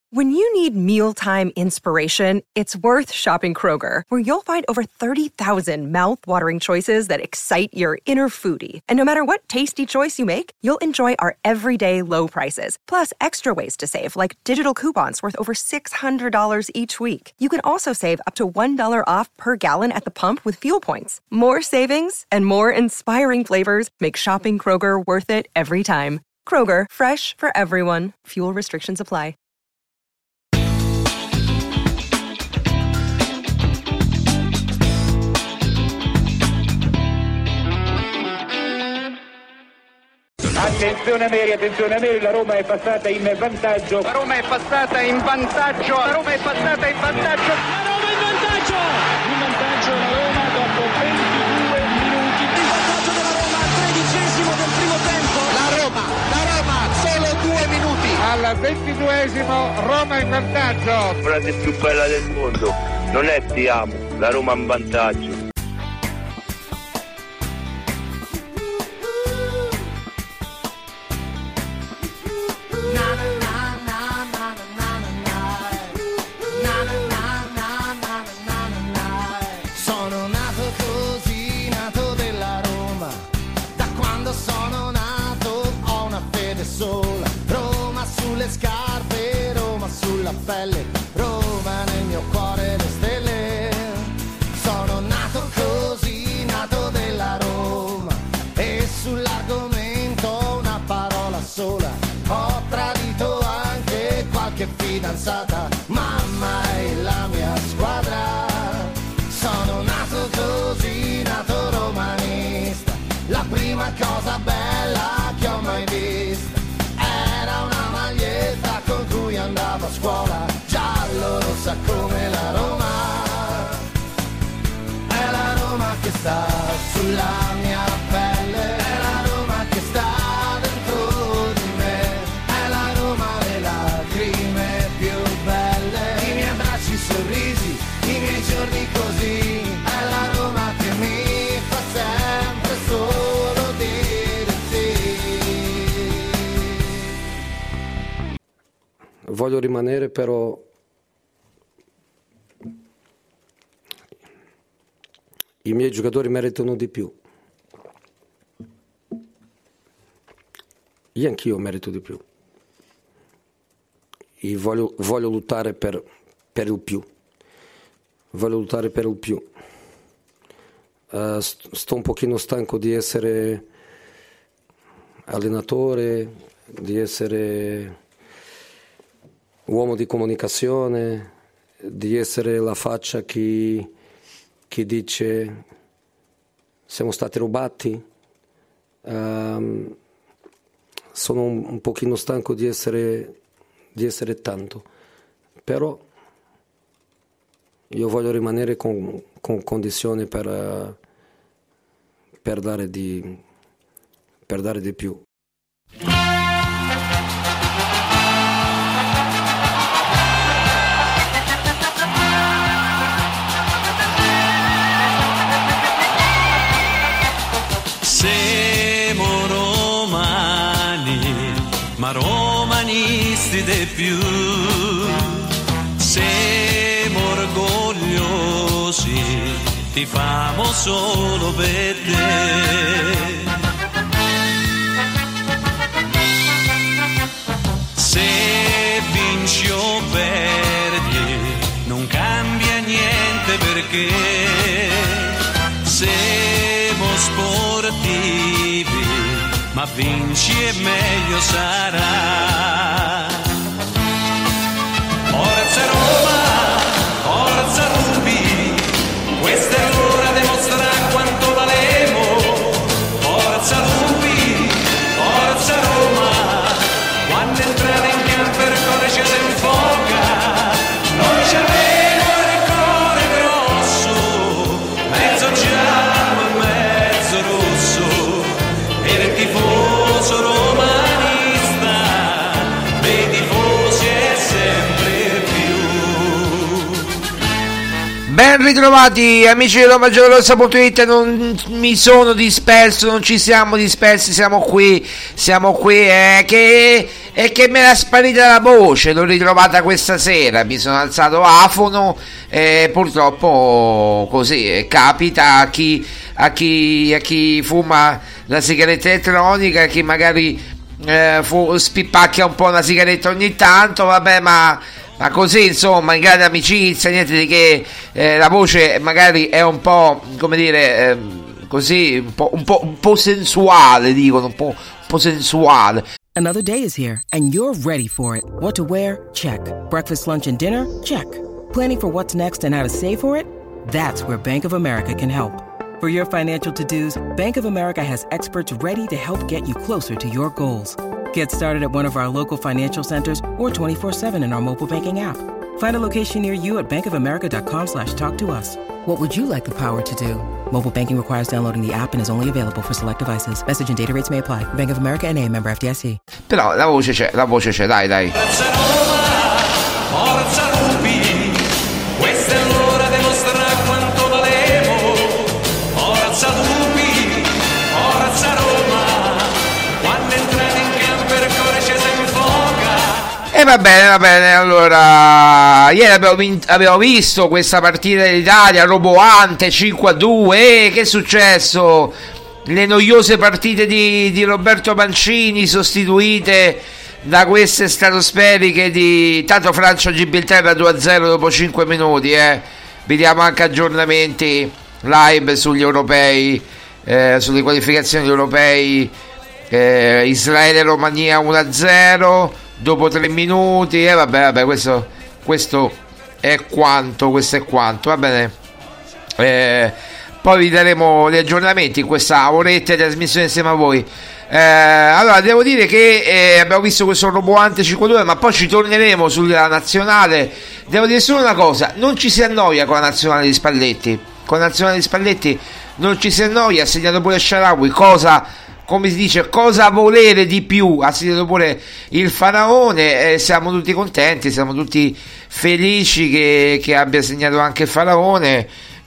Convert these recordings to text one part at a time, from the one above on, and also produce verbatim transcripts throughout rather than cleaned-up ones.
When you need mealtime inspiration, it's worth shopping Kroger, where you'll find over thirty thousand mouth-watering choices that excite your inner foodie. And no matter what tasty choice you make, you'll enjoy our everyday low prices, plus extra ways to save, like digital coupons worth over six hundred dollars each week. You can also save up to one dollar off per gallon at the pump with fuel points. More savings and more inspiring flavors make shopping Kroger worth it every time. Kroger, fresh for everyone. Fuel restrictions apply. Attenzione Meri, attenzione Meri, la Roma è passata in vantaggio. La Roma è passata in vantaggio. La Roma è passata in vantaggio. La Roma in vantaggio. In vantaggio la Roma dopo ventidue minuti. Il vantaggio della Roma al tredicesimo del primo tempo. La Roma, la Roma, solo due minuti. Al ventiduesimo Roma in vantaggio. La frase più bella del mondo non è ti amo, la Roma in vantaggio. Pelle, Roma nel mio cuore le stelle. Sono nato così, nato della Roma. E sull'argomento una parola sola. Ho tradito anche qualche fidanzata. Mamma è la mia squadra. Sono nato così, nato romanista. La prima cosa bella che ho mai vista era una maglietta con cui andavo a scuola, giallo rossa come la Roma. È la Roma che sta sulla mia pelle, è la Roma che sta dentro di me, è la Roma le lacrime più belle, i miei abbracci, i sorrisi, i miei giorni così, è la Roma che mi fa sempre solo dire sì. Voglio rimanere però i miei giocatori meritano di più. Io anch'io merito di più. E voglio, voglio lottare per, per il più. Voglio lottare per il più. Uh, sto un pochino stanco di essere allenatore, di essere uomo di comunicazione, di essere la faccia che, che dice siamo stati rubati. Um, sono un, un pochino stanco di essere, di essere tanto, però io voglio rimanere con, con condizioni per, uh, per, dare di, per dare di più. Siamo romani, ma romanisti di più. Siamo orgogliosi, ti famo solo per te. Se vinci o perdi, non cambia niente perché siamo sportivi, ma vinci e meglio sarà. Forza Roma, forza Rubi, questa è l'ora di mostrare quanto valemo. Forza Rubi, forza Roma, quando entrate in campo il cuore ci si infoca. Noi ci abbiamo il cuore grosso, mezzo giallo e mezzo rosso, e il tifoso romanista Ben ritrovati amici di Roma Giallorossa punto it. Non mi sono disperso, non ci siamo dispersi, siamo qui, siamo qui, è che, è che me l'ha sparita la voce, l'ho ritrovata questa sera, mi sono alzato afono e purtroppo così capita a chi, a chi, a chi fuma la sigaretta elettronica, a chi magari eh, fu, spippacchia un po' una sigaretta ogni tanto, vabbè, ma... Ma così, insomma, in grande amicizia, niente di che, eh, la voce magari è un po', come dire, eh, così, un po', un po', un po' sensuale, dicono, un po', un po' sensuale. Another day is here, and you're ready for it. What to wear? Check. Breakfast, lunch, and dinner? Check. Planning for what's next and how to save for it? That's where Bank of America can help. For your financial to-dos, Bank of America has experts ready to help get you closer to your goals. Get started at one of our local financial centers or twenty-four seven in our mobile banking app. Find a location near you at bankofamerica.com slash talk to us. What would you like the power to do? Mobile banking requires downloading the app and is only available for select devices. Message and data rates may apply. Bank of America N A, member F D I C. Però la voce c'è, la voce c'è, dai, dai. Forza Roma, forza Rubi, questa è l'ora di mostrare quanto valemo. Forza Rubi, forza Roma, quando entrate in campo il cuore ci si infoca. E va bene, va bene, allora, ieri abbiamo, vin- abbiamo visto questa partita dell'Italia, roboante, cinque a due, e che è successo? Le noiose partite di, di Roberto Mancini sostituite da queste stratosferiche di tanto Francia-Gibilterra due a zero dopo cinque minuti, eh. Vediamo anche aggiornamenti live sugli europei, eh, sulle qualificazioni europei, eh, Israele-Romania uno a zero dopo tre minuti, e eh, vabbè, vabbè, questo, questo è quanto, questo è quanto, va bene. Eh, poi vi daremo gli aggiornamenti in questa oretta di trasmissione insieme a voi. Eh, allora, devo dire che eh, abbiamo visto questo roboante cinque a due, ma poi ci torneremo sulla nazionale. Devo dire solo una cosa: non ci si annoia con la nazionale di Spalletti. Con la nazionale di Spalletti non ci si annoia. Ha segnato pure Shaarawy, cosa, come si dice, cosa volere di più. Ha segnato pure il Faraone, eh, siamo tutti contenti, siamo tutti felici che, che abbia segnato anche il Faraone.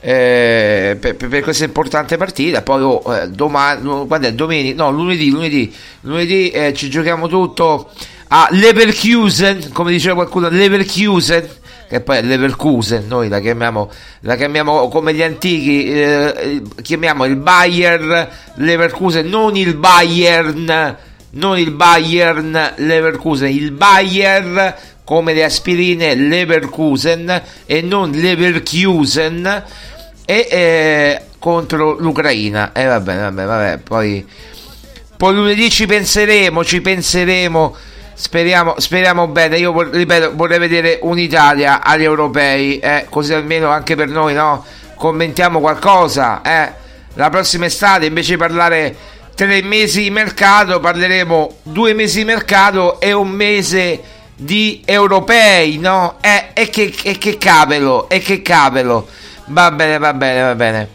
Eh, per, per questa importante partita. Poi oh, eh, domani, quando è domenica? No, lunedì, lunedì, lunedì eh, ci giochiamo tutto a Leverkusen, come diceva qualcuno, Leverkusen, che poi è Leverkusen, noi la chiamiamo, la chiamiamo come gli antichi, eh, chiamiamo il Bayer Leverkusen, non il Bayern, non il Bayern Leverkusen, il Bayer come le aspirine Leverkusen e non Leverkusen. E eh, contro l'Ucraina, e eh, va bene, va bene, vabbè, poi, poi lunedì ci penseremo, ci penseremo, speriamo, speriamo bene. Io ripeto, vorrei vedere un'Italia agli europei, eh, così almeno anche per noi, no? Commentiamo qualcosa, eh. La prossima estate, invece di parlare tre mesi di mercato, parleremo due mesi di mercato e un mese di europei, no? Eh, e che, e che cavolo, e che cavolo. Va bene, va bene, va bene.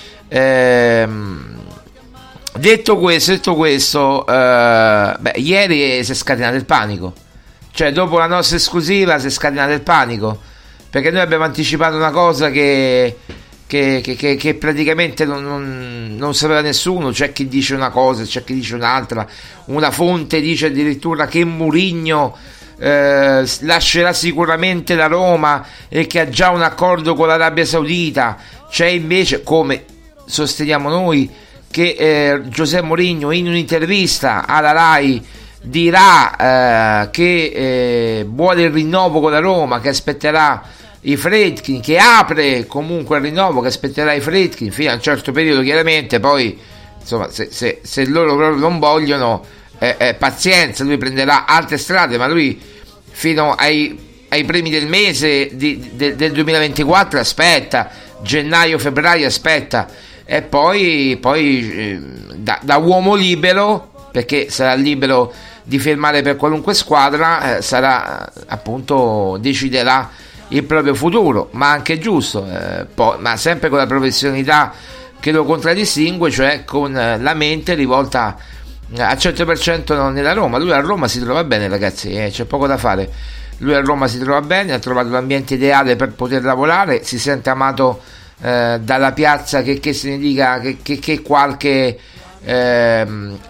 Ehm, detto questo, detto questo, eh, beh, ieri si è scatenato il panico. Cioè, dopo la nostra esclusiva si è scatenato il panico, perché noi abbiamo anticipato una cosa che, che, che, che, che praticamente non, non, non sapeva nessuno. C'è chi dice una cosa, c'è chi dice un'altra. Una fonte dice addirittura che Mourinho Eh, lascerà sicuramente la Roma e che ha già un accordo con l'Arabia Saudita. C'è invece, come sosteniamo noi, che eh, José Mourinho in un'intervista alla Rai dirà eh, che eh, vuole il rinnovo con la Roma, che aspetterà i Friedkin, che apre comunque il rinnovo, che aspetterà i Friedkin fino a un certo periodo, chiaramente. Poi insomma, se, se, se loro proprio non vogliono, Eh, eh, pazienza, lui prenderà altre strade, ma lui fino ai, ai primi del mese di, de, del duemilaventiquattro aspetta, gennaio-febbraio aspetta, e poi, poi eh, da, da uomo libero, perché sarà libero di firmare per qualunque squadra, eh, sarà appunto, deciderà il proprio futuro, ma anche giusto, eh, poi, ma sempre con la professionalità che lo contraddistingue, cioè con la mente rivolta al cento per cento nella Roma. Lui a Roma si trova bene, ragazzi, eh, c'è poco da fare. lui a Roma si trova bene, ha trovato l'ambiente ideale per poter lavorare, si sente amato eh, dalla piazza, che, che se ne dica che, che, che qualche eh,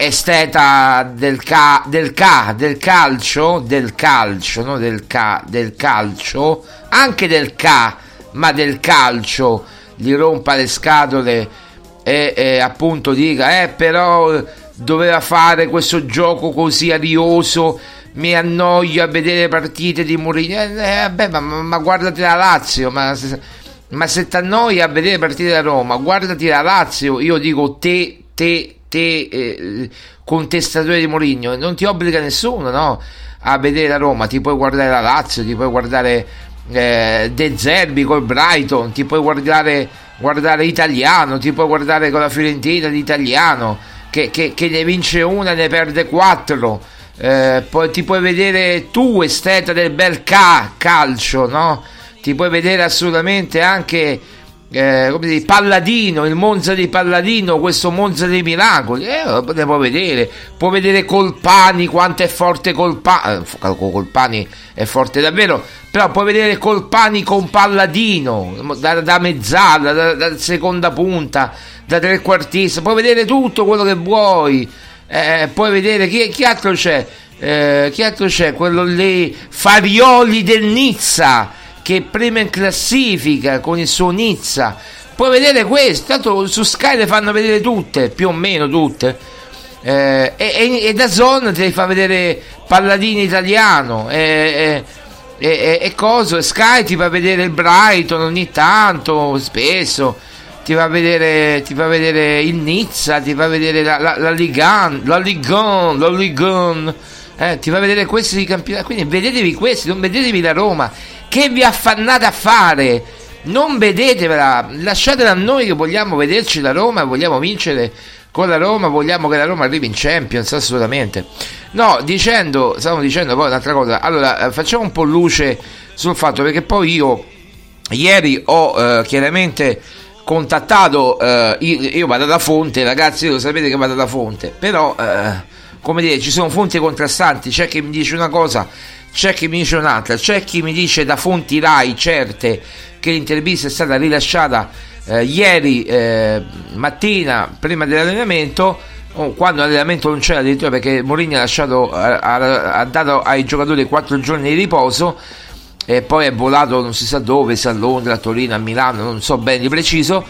esteta del, ca, del, ca, del calcio, del calcio, no del, ca, del calcio, anche del ca, ma del calcio, gli rompa le scatole e, e appunto dica eh però doveva fare questo gioco così arioso, mi annoio a vedere partite di Mourinho. Eh, eh, vabbè, ma, ma guardati la Lazio, ma se, ma se ti annoia a vedere partite da Roma, guardati la Lazio. Io dico te, te, te, eh, contestatore di Mourinho, non ti obbliga nessuno, no, a vedere la Roma. Ti puoi guardare la Lazio, ti puoi guardare eh, De Zerbi col Brighton, ti puoi guardare, guardare Italiano, ti puoi guardare con la Fiorentina di Italiano, che, che, che ne vince una e ne perde quattro. Eh, poi ti puoi vedere tu, esteta del bel ca- calcio, no? Ti puoi vedere assolutamente anche eh, come dire, Palladino, il Monza di Palladino, questo Monza dei miracoli, eh, ne puoi vedere. Puoi vedere Colpani, quanto è forte Colpani. eh, Colpani è forte davvero, però puoi vedere Colpani con Palladino da, da mezzala, da, da seconda punta, da trequartista, puoi vedere tutto quello che vuoi. Eh, puoi vedere chi, chi altro c'è, eh, chi altro c'è, quello lì Farioli del Nizza, che prima in classifica con il suo Nizza. Puoi vedere questo, tanto su Sky le fanno vedere tutte, più o meno tutte, eh, e, e, e da Zone ti fa vedere Palladini italiano e, e, e, e cosa, Sky ti fa vedere il Brighton ogni tanto, spesso ti fa vedere, ti fa vedere il Nizza, ti fa vedere la, la, la Ligan, la Ligan, la Ligan, eh, ti fa vedere questi di campionati. Quindi vedetevi questi, non vedetevi la Roma. Che vi affannate a fare? Non vedetevela, lasciatela a noi che vogliamo vederci la Roma, vogliamo vincere con la Roma, vogliamo che la Roma arrivi in Champions, assolutamente. No, dicendo, stavo dicendo poi un'altra cosa. Allora, facciamo un po' luce sul fatto, perché poi io ieri ho eh, chiaramente contattato, eh, io, io vado da fonte, ragazzi, lo sapete che vado da fonte, però eh, come dire, ci sono fonti contrastanti, c'è chi mi dice una cosa, c'è chi mi dice un'altra, c'è chi mi dice da fonti Rai certe che l'intervista è stata rilasciata eh, ieri eh, mattina prima dell'allenamento, o quando l'allenamento non c'era addirittura, perché Mourinho ha lasciato ha, ha dato ai giocatori quattro giorni di riposo e poi è volato non si sa dove, se a Londra, a Torino, a Milano, non so bene di preciso,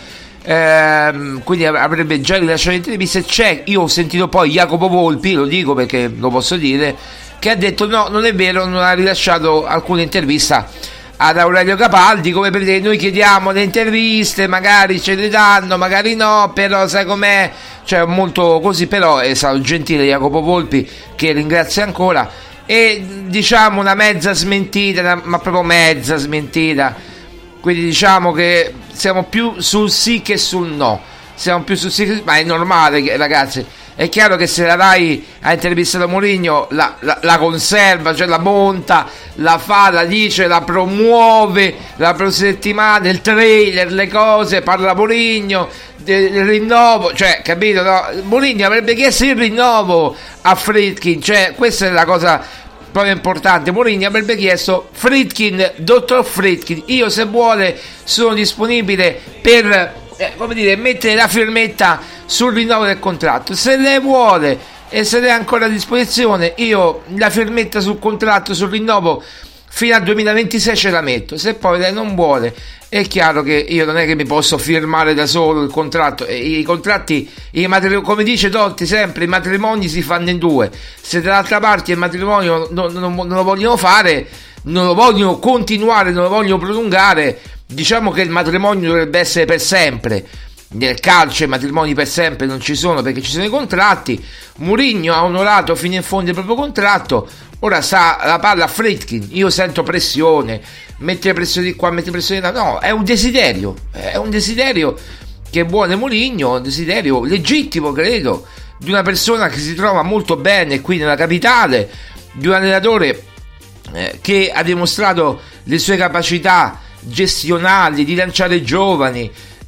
ehm, quindi avrebbe già rilasciato l'intervista. C'è, io ho sentito poi Jacopo Volpi, lo dico perché lo posso dire, che ha detto no, non è vero, non ha rilasciato alcuna intervista ad Aurelio Capaldi, come per dire noi chiediamo le interviste, magari ce le danno, magari no, però sai com'è, cioè molto così. Però è stato gentile Jacopo Volpi, che ringrazio ancora, e diciamo una mezza smentita, ma proprio mezza smentita, quindi diciamo che siamo più sul sì che sul no, siamo più sul sì che... ma è normale, ragazzi, è chiaro che se la Rai ha intervistato Mourinho la, la, la conserva, cioè la monta, la fa, la dice, la promuove, la prossima settimana, il trailer, le cose, parla Mourinho del rinnovo, cioè, capito, no? Mourinho avrebbe chiesto il rinnovo a Friedkin, cioè questa è la cosa proprio importante. Mourinho avrebbe chiesto Friedkin, dottor Friedkin, io se vuole sono disponibile per eh, come dire, mettere la firmetta sul rinnovo del contratto, se lei vuole e se lei è ancora a disposizione, io la firmetta sul contratto, sul rinnovo fino al duemilaventisei ce la metto. Se poi lei non vuole, è chiaro che io non è che mi posso firmare da solo il contratto. I contratti, i matri- come dice Totti sempre, i matrimoni si fanno in due. Se dall'altra parte il matrimonio non, non, non lo vogliono fare, non lo vogliono continuare, non lo vogliono prolungare, diciamo che il matrimonio dovrebbe essere per sempre. Nel calcio i matrimoni per sempre non ci sono, perché ci sono i contratti. Mourinho ha onorato fino in fondo il proprio contratto, ora sta la palla a Friedkin. Io sento pressione, mettere pressione di qua, mettere pressione di là, no, è un desiderio, è un desiderio che vuole Mourinho, un desiderio legittimo, credo, di una persona che si trova molto bene qui nella capitale, di un allenatore eh, che ha dimostrato le sue capacità gestionali, di lanciare giovani,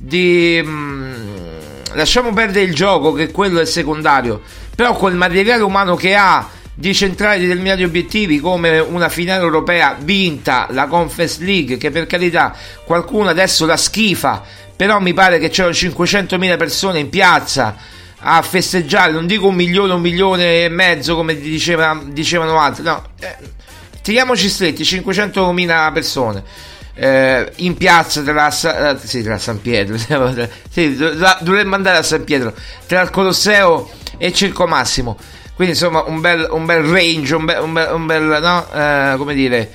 di mh, lasciamo perdere il gioco, che quello è secondario, però col materiale umano che ha di centrare determinati obiettivi come una finale europea vinta, la Conference League, che per carità qualcuno adesso la schifa, però mi pare che c'erano cinquecentomila persone in piazza a festeggiare, non dico un milione, un milione e mezzo come diceva, dicevano altri, no, eh, tiriamoci stretti, cinquecentomila persone eh, in piazza tra, eh, sì, tra San Pietro, sì, dovremmo andare a San Pietro, tra il Colosseo e Circo Massimo, quindi insomma un bel, un bel range, un bel, un bel, un bel no, eh, come dire,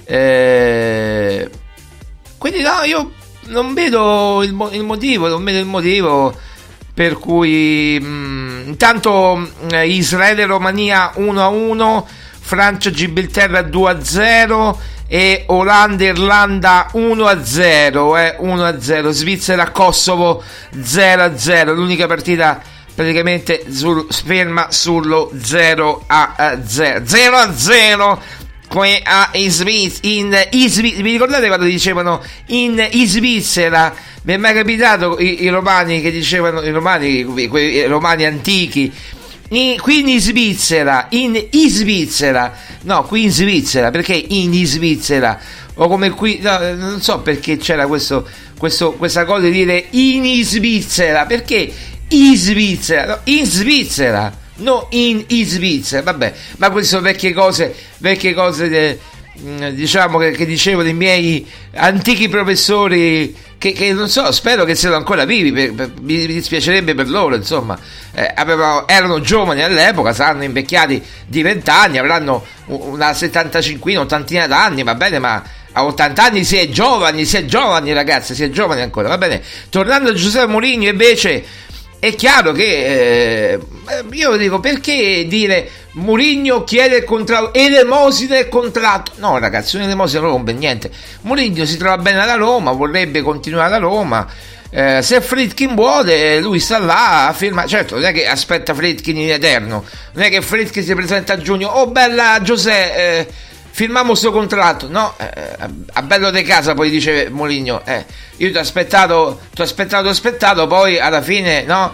eh, quindi no, io non vedo il, il motivo, non vedo il motivo per cui mh, intanto eh, Israele Romania uno a uno, Francia Gibilterra due a zero e Olanda Irlanda uno a zero, eh, uno a zero, Svizzera Kosovo zero a zero, l'unica partita praticamente sul, ferma sullo zero a zero, zero a zero qui a in Svizzera, in, in Svizzera, vi ricordate quando dicevano in, in Svizzera? Mi è mai capitato i, i romani che dicevano, i romani, quei romani antichi, in, qui in Svizzera, in, in Svizzera, no, qui in Svizzera, perché in Svizzera, o come qui, no, non so perché c'era questo, questo, questa cosa di dire in Svizzera, perché in Svizzera, no, in Svizzera, no, in, in Svizzera, vabbè, ma queste sono vecchie cose, vecchie cose, de, diciamo che, che dicevano i miei antichi professori. Che, che non so, spero che siano ancora vivi, per, per, mi, mi dispiacerebbe per loro, insomma, eh, avevano, erano giovani all'epoca, saranno invecchiati di vent'anni, avranno una settantacinquina, ottantina d'anni, va bene, ma a ottanta anni si è giovani, si è giovani ragazzi, si è giovani ancora, va bene. Tornando a Giuseppe Mourinho invece, è chiaro che eh, io dico, perché dire Mourinho chiede il contratto, elemosina il contratto? No ragazzi, un'elemosina non rompe niente. Mourinho si trova bene alla Roma, vorrebbe continuare alla Roma, eh, se Friedkin vuole lui sta là a firmare, certo non è che aspetta Friedkin in eterno, non è che Friedkin si presenta a giugno, oh bella Giuseppe, eh, firmiamo sto contratto, no, eh, a bello di casa, poi dice Mourinho, eh, io ti ho aspettato, ti ho aspettato, aspettato, poi alla fine, no,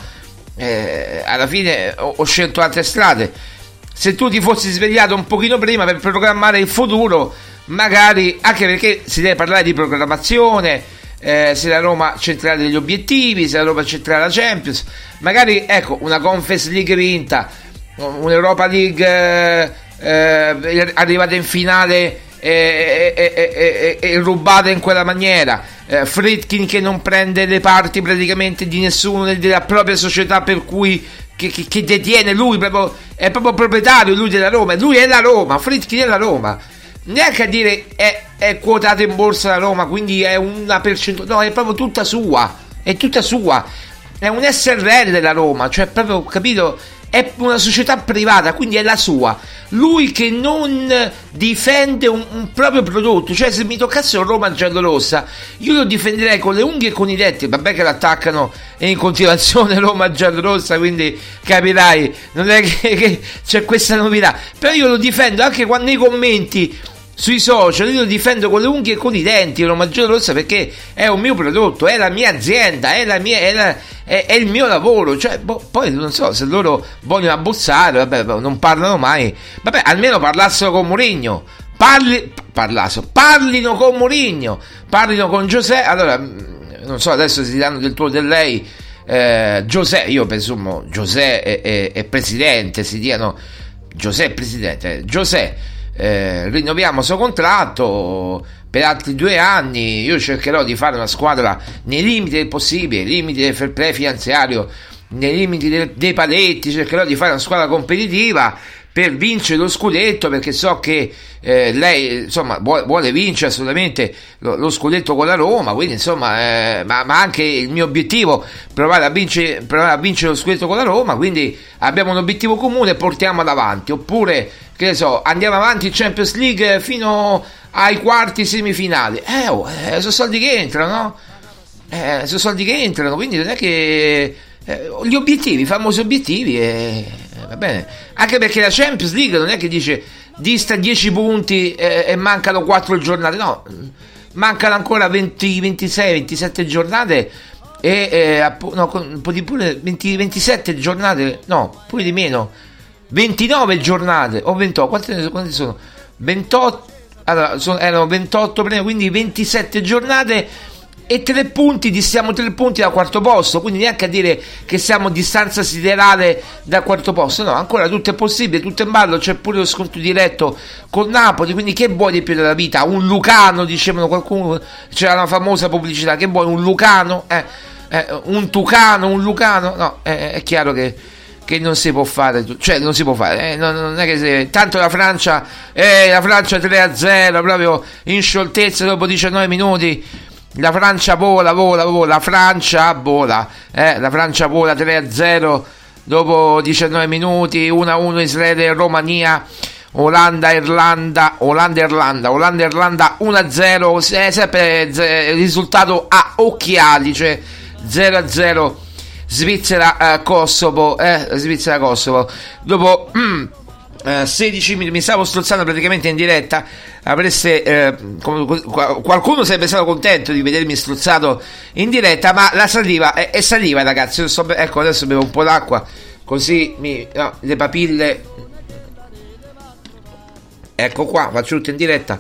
eh, alla fine ho, ho scelto altre strade. Se tu ti fossi svegliato un pochino prima per programmare il futuro, magari, anche perché si deve parlare di programmazione, eh, se la Roma centrale degli obiettivi, se la Roma centrale la Champions, magari ecco una Conference League vinta, un'Europa League eh, eh, arrivata in finale e, e, e, e, e rubata in quella maniera, eh, Friedkin che non prende le parti praticamente di nessuno della propria società, per cui Che, che, che detiene lui, proprio, è proprio proprietario lui della Roma, lui è la Roma, Friedkin è la Roma, neanche a dire è, è quotato in borsa la Roma, quindi è una percentuale, no, è proprio tutta sua, è tutta sua, è un S R L della Roma, cioè proprio, capito, è una società privata, quindi è la sua, lui che non difende un, un proprio prodotto, cioè se mi toccasse un Roma giallorossa io lo difenderei con le unghie e con i denti, vabbè che l'attaccano in continuazione Roma giallorossa, quindi capirai, non è che, che c'è questa novità, però io lo difendo anche quando nei commenti sui social, io lo difendo con le unghie e con i denti Roma giallorossa, perché è un mio prodotto, è la mia azienda, è la mia, è, la, è, è il mio lavoro, cioè boh, poi non so se loro vogliono abbozzare, vabbè, non parlano mai, vabbè, almeno parlassero con Mourinho, parli, parlassero, parlino con Mourinho, parlino con Giuseppe, allora non so, adesso si danno del tuo del lei, eh, Giuseppe, io presumo Giuseppe è, è, è presidente, si diano Giuseppe presidente, Giuseppe Eh, rinnoviamo il suo contratto per altri due anni, io cercherò di fare una squadra nei limiti del possibile, nei limiti del fair play finanziario, nei limiti de- dei paletti, cercherò di fare una squadra competitiva per vincere lo scudetto, perché so che eh, lei insomma vuole, vuole vincere assolutamente lo, lo scudetto con la Roma, quindi insomma eh, ma, ma anche il mio obiettivo provare a vincere provare a vincere lo scudetto con la Roma, quindi abbiamo un obiettivo comune e portiamo avanti, oppure che ne so, andiamo avanti in Champions League fino ai quarti semifinali, eh, oh, eh sono soldi che entrano, no? Eh, sono soldi che entrano, quindi non è che eh, gli obiettivi, i famosi obiettivi, eh, va bene, anche perché la Champions League non è che dice dista dieci punti eh, e mancano quattro giornate, no, mancano ancora venti, ventisei, ventisette giornate e eh, no, un po' di pure venti, ventisette giornate, no, pure di meno, ventinove giornate o ventotto, quante, quante sono? ventotto, allora, sono, erano ventotto, quindi ventisette giornate e tre punti, distiamo tre punti dal quarto posto, quindi neanche a dire che siamo a distanza siderale dal quarto posto, no, ancora tutto è possibile, tutto è in ballo, c'è pure lo scontro diretto con Napoli, quindi che vuoi di più della vita? Un Lucano, dicevano qualcuno, c'era una famosa pubblicità, che vuoi, un Lucano? Eh, eh, un Tucano, un Lucano? No, eh, è chiaro che che non si può fare, cioè non si può fare, eh, non, non è che se, tanto la Francia, eh, la Francia tre a zero, proprio in scioltezza dopo diciannove minuti, la Francia vola, vola, vola, la Francia vola, eh, la Francia vola tre a zero dopo diciannove minuti, uno a uno Israele e Romania, Olanda, Irlanda, Olanda, Irlanda, Olanda, Irlanda uno a zero, è sempre il risultato a occhiali, cioè zero a zero. Svizzera eh, Kosovo, eh, Svizzera Kosovo. Dopo mm, eh, sedici minuti mi stavo strozzando praticamente in diretta. Avreste eh, come, qualcuno sarebbe stato contento di vedermi strozzato in diretta, ma la saliva è, è saliva, ragazzi. Io sto, ecco, adesso bevo un po' d'acqua, così mi, no, le papille. Ecco qua, faccio tutto in diretta.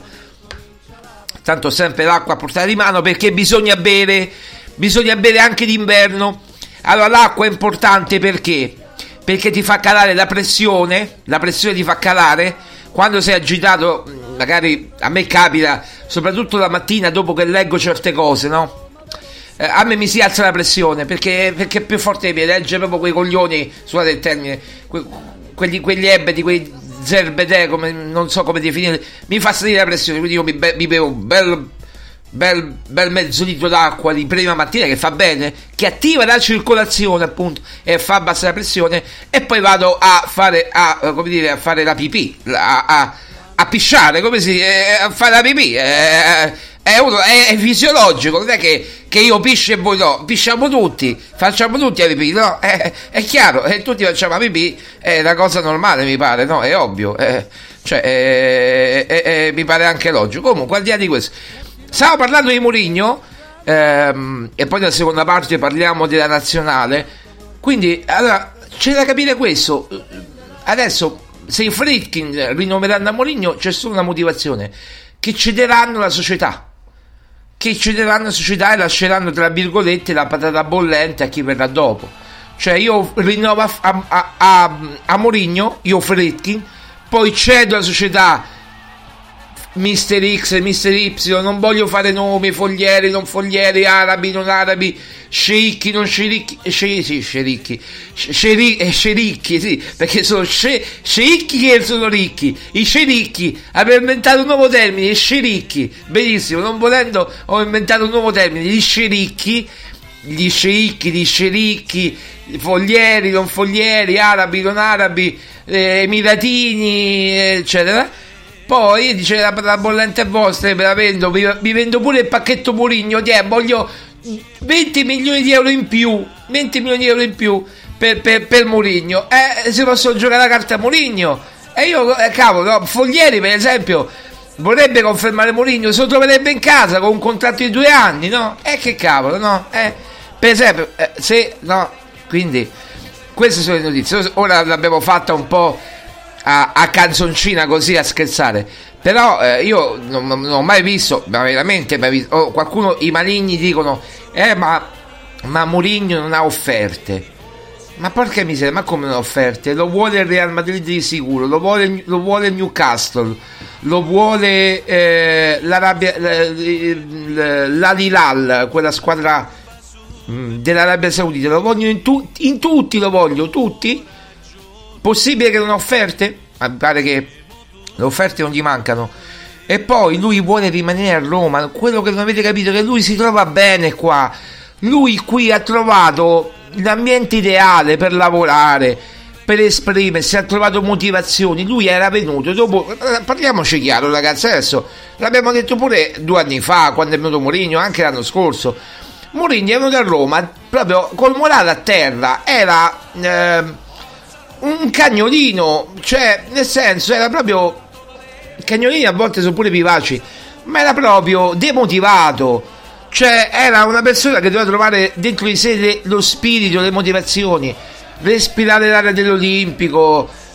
Tanto sempre l'acqua a portata di mano, perché bisogna bere, bisogna bere anche d'inverno. Allora l'acqua è importante perché? Perché ti fa calare la pressione, la pressione ti fa calare quando sei agitato, magari a me capita, soprattutto la mattina dopo che leggo certe cose, no? Eh, a me mi si alza la pressione perché, perché è più forte di me, legge proprio quei coglioni, scusate il termine, que, quelli, quegli ebeti, quei zerbedè, come, non so come definire, mi fa salire la pressione, quindi io mi, be, mi bevo un bel... Bel, bel mezzo litro d'acqua di prima mattina, che fa bene, che attiva la circolazione appunto e fa abbassare la pressione, e poi vado a fare a, come dire, a fare la pipì, a, a, a pisciare, come si eh, a fare la pipì, eh, è, uno, è, è fisiologico, non è che, che io piscio e voi no, pisciamo tutti, facciamo tutti la pipì, no? È, è chiaro, e tutti facciamo la pipì, è una cosa normale, mi pare, no? È ovvio, eh, cioè è, è, è, mi pare anche logico. Comunque, al di là di questo, stavo parlando di Mourinho, ehm, e poi nella seconda parte parliamo della nazionale. Quindi, allora, c'è da capire questo. Adesso, se i Friedkin rinnoveranno a Mourinho, c'è solo una motivazione: che cederanno la società. Che cederanno la società e lasceranno, tra virgolette, la patata bollente a chi verrà dopo. Cioè, io rinnovo a, a, a, a Mourinho, io Friedkin, poi cedo la società mister X e mister Y, non voglio fare nomi, foglieri, non foglieri, arabi, non arabi, sceicchi, non sceicchi, sce, sì, sceicchi, sce, sceicchi, sì, perché sono sce, sceicchi che sono ricchi, i sceicchi, avevo inventato un nuovo termine, i sceicchi, benissimo, non volendo ho inventato un nuovo termine, gli sceicchi, gli sceicchi, gli sceicchi, foglieri, non foglieri, arabi, non arabi, eh, emiratini, eccetera. Poi dice la, la bollente è vostra, ve la vendo, vi, vi vendo pure il pacchetto Mourinho, eh, voglio venti milioni di euro in più, venti milioni di euro in più per, per, per Mourinho, eh, si possono giocare la carta Mourinho, e io, eh, cavolo, no, Foglieri per esempio vorrebbe confermare Mourinho, se lo troverebbe in casa con un contratto di due anni, no? E eh, che cavolo, no? Eh, per esempio, eh, se, no, quindi queste sono le notizie, ora l'abbiamo fatta un po' A, a canzoncina così, a scherzare, però eh, io non, non ho mai visto, ma veramente mai visto, oh, qualcuno, i maligni dicono eh ma ma Mourinho non ha offerte, ma porca miseria, ma come non ha offerte? Lo vuole il Real Madrid di sicuro, lo vuole, lo vuole il Newcastle, lo vuole eh, l'Arabia, l'Al-Hilal, quella squadra mh, dell'Arabia Saudita, lo vogliono in, tu, in tutti, lo voglio tutti. Possibile che non ha offerte? Ma mi pare che le offerte non gli mancano. E poi lui vuole rimanere a Roma. Quello che non avete capito è che lui si trova bene qua. Lui qui ha trovato l'ambiente ideale per lavorare, per esprimersi, ha trovato motivazioni. Lui era venuto dopo, parliamoci chiaro ragazzi, adesso l'abbiamo detto pure due anni fa quando è venuto Mourinho, anche l'anno scorso. Mourinho è venuto a Roma proprio col morale a terra, era eh, un cagnolino, cioè nel senso era proprio, i cagnolini a volte sono pure vivaci, ma era proprio demotivato, cioè era una persona che doveva trovare dentro di sé lo spirito, le motivazioni, respirare l'aria dell'Olimpico,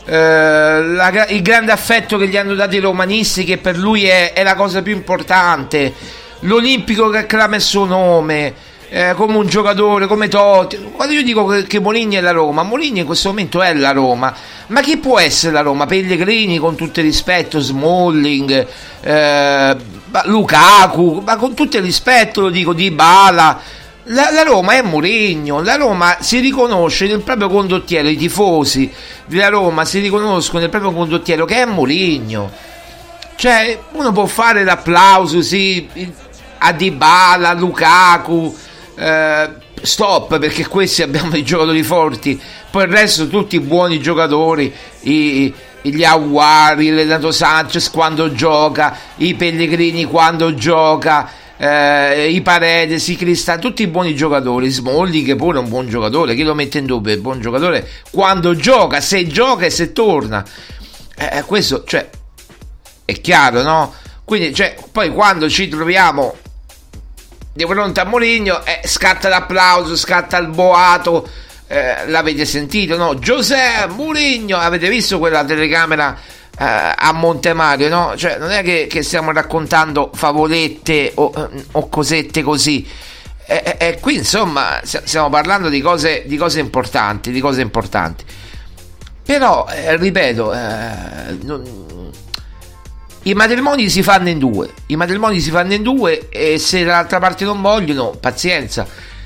eh, la, il grande affetto che gli hanno dato i romanisti, che per lui è, è la cosa più importante, l'Olimpico che acclama il suo nome, eh, come un giocatore, come Totti. Quando io dico che, che Mourinho è la Roma, Mourinho in questo momento è la Roma, ma chi può essere la Roma? Pellegrini, con tutto il rispetto, Smalling, eh, Lukaku, ma con tutto il rispetto lo dico, Dybala. La, la Roma è Mourinho, la Roma si riconosce nel proprio condottiero, i tifosi della Roma si riconoscono nel proprio condottiero che è Mourinho. Cioè, uno può fare l'applauso, sì, a Dybala, a Lukaku, eh, stop, perché questi abbiamo i giocatori forti, poi il resto tutti buoni giocatori, i, gli Aouar, il Renato Sanchez quando gioca, i Pellegrini quando gioca, eh, i Paredes, i Cristante, tutti buoni giocatori. Smalling che pure è un buon giocatore, chi lo mette in dubbio? È un buon giocatore quando gioca, se gioca e se torna, eh, questo, cioè, è chiaro, no? Quindi, cioè, poi quando ci troviamo di fronte a Mourinho, eh, scatta l'applauso, scatta il boato, eh, l'avete sentito, no? José Mourinho, avete visto quella telecamera eh, a Montemario, no? Cioè, non è che, che stiamo raccontando favolette o, o cosette così, e eh, eh, qui insomma stiamo parlando di cose, di cose importanti, di cose importanti. Però, eh, ripeto, eh, non, i matrimoni si fanno in due, i matrimoni si fanno in due e se dall'altra parte non vogliono, pazienza.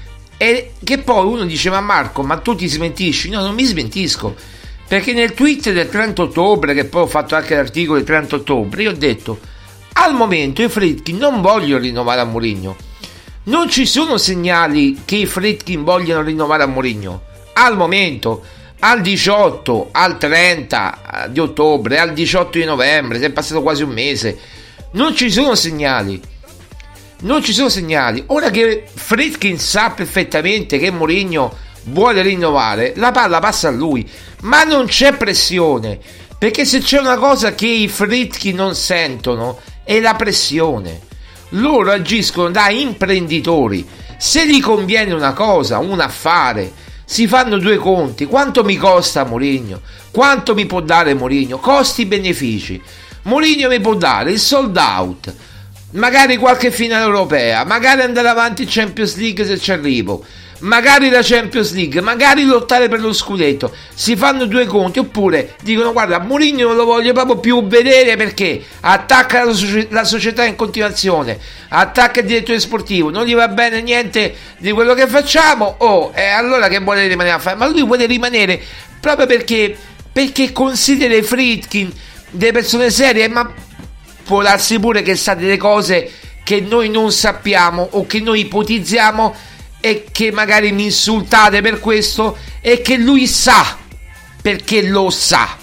E che poi uno dice: ma Marco, ma tu ti smentisci? No, non mi smentisco, perché nel tweet del trenta ottobre, che poi ho fatto anche l'articolo del trenta ottobre, io ho detto: al momento i Friedkin non vogliono rinnovare a Mourinho, non ci sono segnali che i Friedkin vogliano rinnovare a Mourinho al momento. Al diciotto, al trenta di ottobre, al diciotto di novembre, se è passato quasi un mese, non ci sono segnali, non ci sono segnali. Ora che Friedkin sa perfettamente che Mourinho vuole rinnovare, la palla passa a lui, ma non c'è pressione, perché se c'è una cosa che i Friedkin non sentono è la pressione. Loro agiscono da imprenditori, se gli conviene una cosa, un affare, si fanno due conti: quanto mi costa Mourinho, quanto mi può dare Mourinho, costi-benefici. Mourinho mi può dare il sold out, magari qualche finale europea, magari andare avanti in Champions League se ci arrivo, magari la Champions League, magari lottare per lo scudetto. Si fanno due conti, oppure dicono: guarda, Mourinho non lo voglio proprio più vedere, perché attacca la, soci- la società in continuazione, attacca il direttore sportivo, non gli va bene niente di quello che facciamo, oh, e allora che vuole rimanere a fare? Ma lui vuole rimanere proprio perché perché considera i Friedkin delle persone serie. Ma può darsi pure che sa delle cose che noi non sappiamo o che noi ipotizziamo, e che magari mi insultate per questo, e che lui sa, perché lo sa.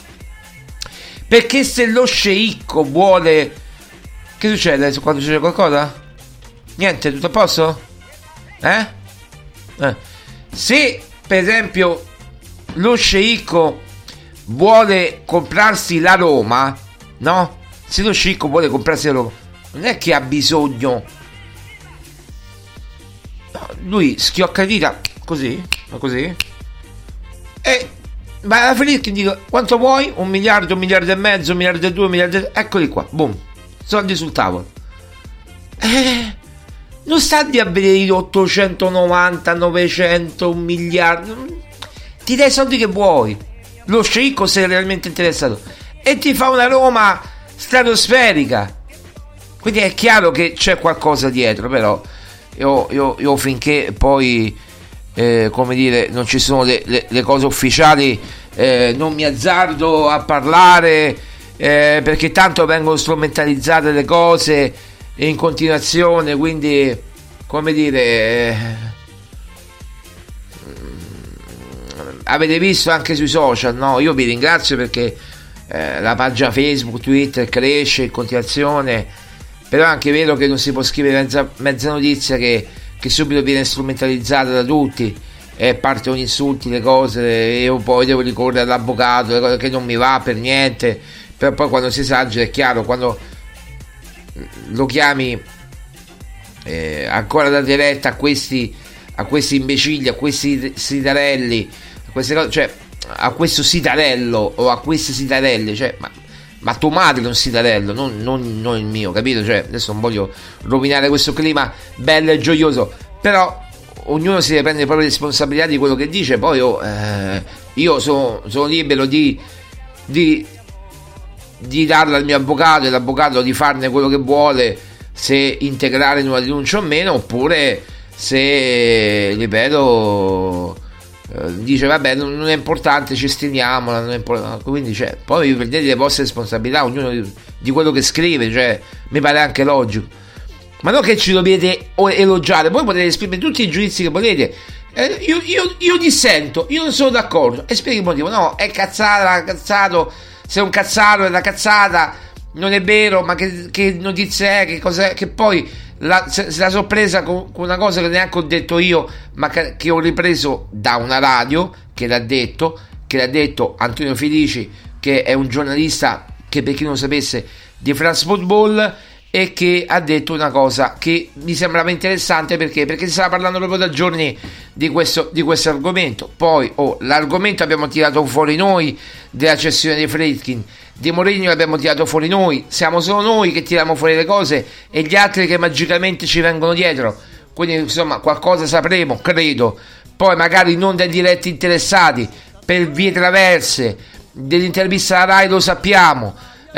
Perché se lo sceicco vuole... Che succede quando succede qualcosa? Niente, tutto a posto? Eh? eh. Se per esempio lo sceicco vuole comprarsi la Roma, no? Se lo sceicco vuole comprarsi la Roma, non è che ha bisogno, lui schiocca di dita così, così, e ma alla fine che dico: quanto vuoi? Un miliardo, un miliardo e mezzo, un miliardo e due, un miliardo e... eccoli qua, boom, soldi sul tavolo. Eh, non sta di a vedere ottocentonovanta, novecento, un miliardo, ti dai i soldi che vuoi. Lo sceicco, se è realmente interessato, e ti fa una Roma stratosferica. Quindi è chiaro che c'è qualcosa dietro, però io, io, io finché poi eh, come dire, non ci sono le, le, le cose ufficiali, eh, non mi azzardo a parlare, eh, perché tanto vengono strumentalizzate le cose in continuazione. Quindi, come dire, eh, avete visto anche sui social, no? Io vi ringrazio perché eh, la pagina Facebook, Twitter cresce in continuazione, però è anche vero che non si può scrivere mezza, mezza notizia che, che subito viene strumentalizzata da tutti, e partono insulti, le cose, e io poi devo ricorrere all'avvocato, le cose che non mi va per niente. Però poi quando si esagera è chiaro, quando lo chiami eh, ancora da diretta a questi a questi imbecilli, a questi sitarelli, a queste cose, cioè a questo sitarello o a queste sitarelle, cioè ma, ma tua madre è un sitarello, non, non, non il mio, capito? Cioè adesso non voglio rovinare questo clima bello e gioioso, però ognuno si deve prendere le proprie responsabilità di quello che dice. Poi oh, eh, io sono, sono libero di, di di darla al mio avvocato e l'avvocato di farne quello che vuole, se integrare in una denuncia o meno, oppure se, ripeto, eh, dice vabbè non, non è importante, ci steniamo, non è importante. Quindi cioè, poi vi prendete le vostre responsabilità, ognuno di, di quello che scrive, cioè mi pare anche logico, ma non che ci dovete elogiare, voi potete esprimere tutti i giudizi che volete. Eh, io, io, io dissento, io non sono d'accordo e spiego il motivo. No, è cazzata, cazzato, sei un cazzato, è una cazzata, non è vero, ma che, che notizia è, che cos'è, che poi la, se, se la sorpresa con, con una cosa che neanche ho detto io, ma che, che ho ripreso da una radio che l'ha detto, che l'ha detto Antonio Felici, che è un giornalista che, per chi non lo sapesse, di France Football, e che ha detto una cosa che mi sembrava interessante, perché perché si stava parlando proprio da giorni di questo, di questo argomento. Poi oh, l'argomento abbiamo tirato fuori noi della cessione di Friedkin, di Mourinho l'abbiamo tirato fuori noi, siamo solo noi che tiriamo fuori le cose e gli altri che magicamente ci vengono dietro, quindi insomma qualcosa sapremo, credo. Poi magari non dai diretti interessati, per vie traverse dell'intervista alla Rai lo sappiamo.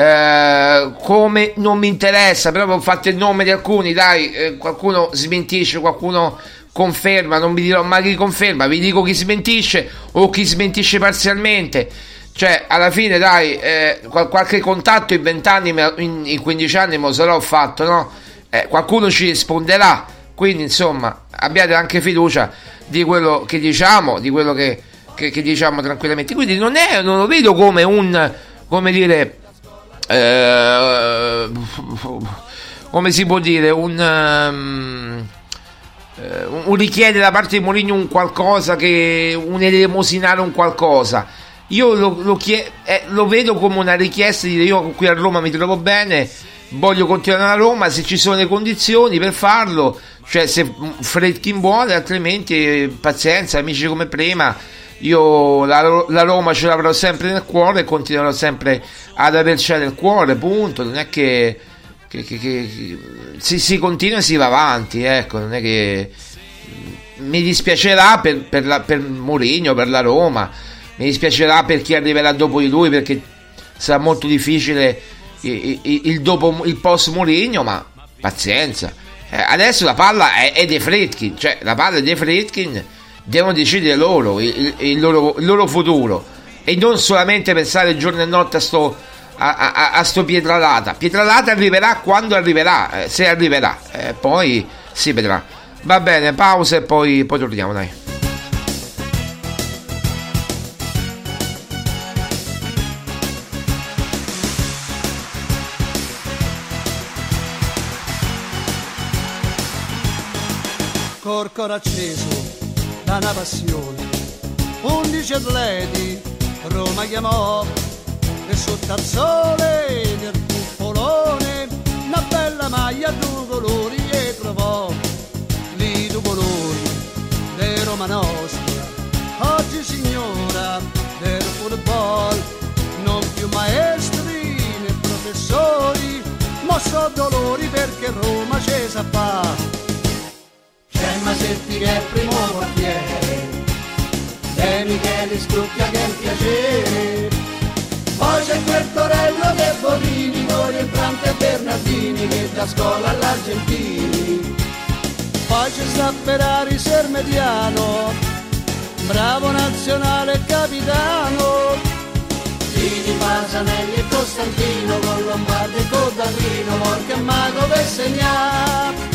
Eh, come non mi interessa, però ho fatto il nome di alcuni, dai, eh, qualcuno smentisce, qualcuno conferma, non vi dirò mai chi conferma, vi dico chi smentisce o chi smentisce parzialmente. Cioè alla fine dai, eh, qualche contatto in vent'anni, in, in quindici anni me lo sarò fatto, no? Eh, qualcuno ci risponderà, quindi insomma abbiate anche fiducia di quello che diciamo, di quello che, che, che diciamo tranquillamente. Quindi non è, non lo vedo come un, come dire, Eh, come si può dire, un, um, un richiede da parte di Mourinho un qualcosa, che un elemosinare un qualcosa. Io lo, lo, chie- eh, lo vedo come una richiesta di dire: io qui a Roma mi trovo bene, voglio continuare a Roma, se ci sono le condizioni per farlo, cioè se Friedkin vuole, altrimenti pazienza, amici come prima. Io la, la Roma ce l'avrò sempre nel cuore e continuerò sempre ad avercela nel cuore, punto. Non è che, che, che, che si, si continua e si va avanti, ecco. Non è che mi dispiacerà per, per, la, per Mourinho, per la Roma, mi dispiacerà per chi arriverà dopo di lui, perché sarà molto difficile il, il, il, dopo, il post Mourinho, ma pazienza. Eh, adesso la palla è, è dei Friedkin, cioè la palla è dei Friedkin. Devono decidere loro il, il, loro il loro futuro e non solamente pensare giorno e notte a sto, a, a, a sto Pietralata. Pietralata arriverà quando arriverà, eh, se arriverà, eh, poi si vedrà. Va bene, pausa e poi, poi torniamo, dai. Corcoro acceso da una passione, undici atleti Roma chiamò, e sotto al sole del cupolone una bella maglia a due colori e trovò. Lì due colori de Roma nostra, oggi signora del football, non più maestri né professori, ma so dolori perché Roma ce sa fa. C'è Masetti che è primo portiere, De Micheli Stucchia che è un piacere, poi c'è quel Torello De Bonini, con Rientrante e Bernardini che da scuola all'Argentini, poi c'è sta Ferrari Sermediano, bravo nazionale capitano, Gini, Pasanelli e Costantino, con Lombardi e Codallino, Morca e Mago per segnare.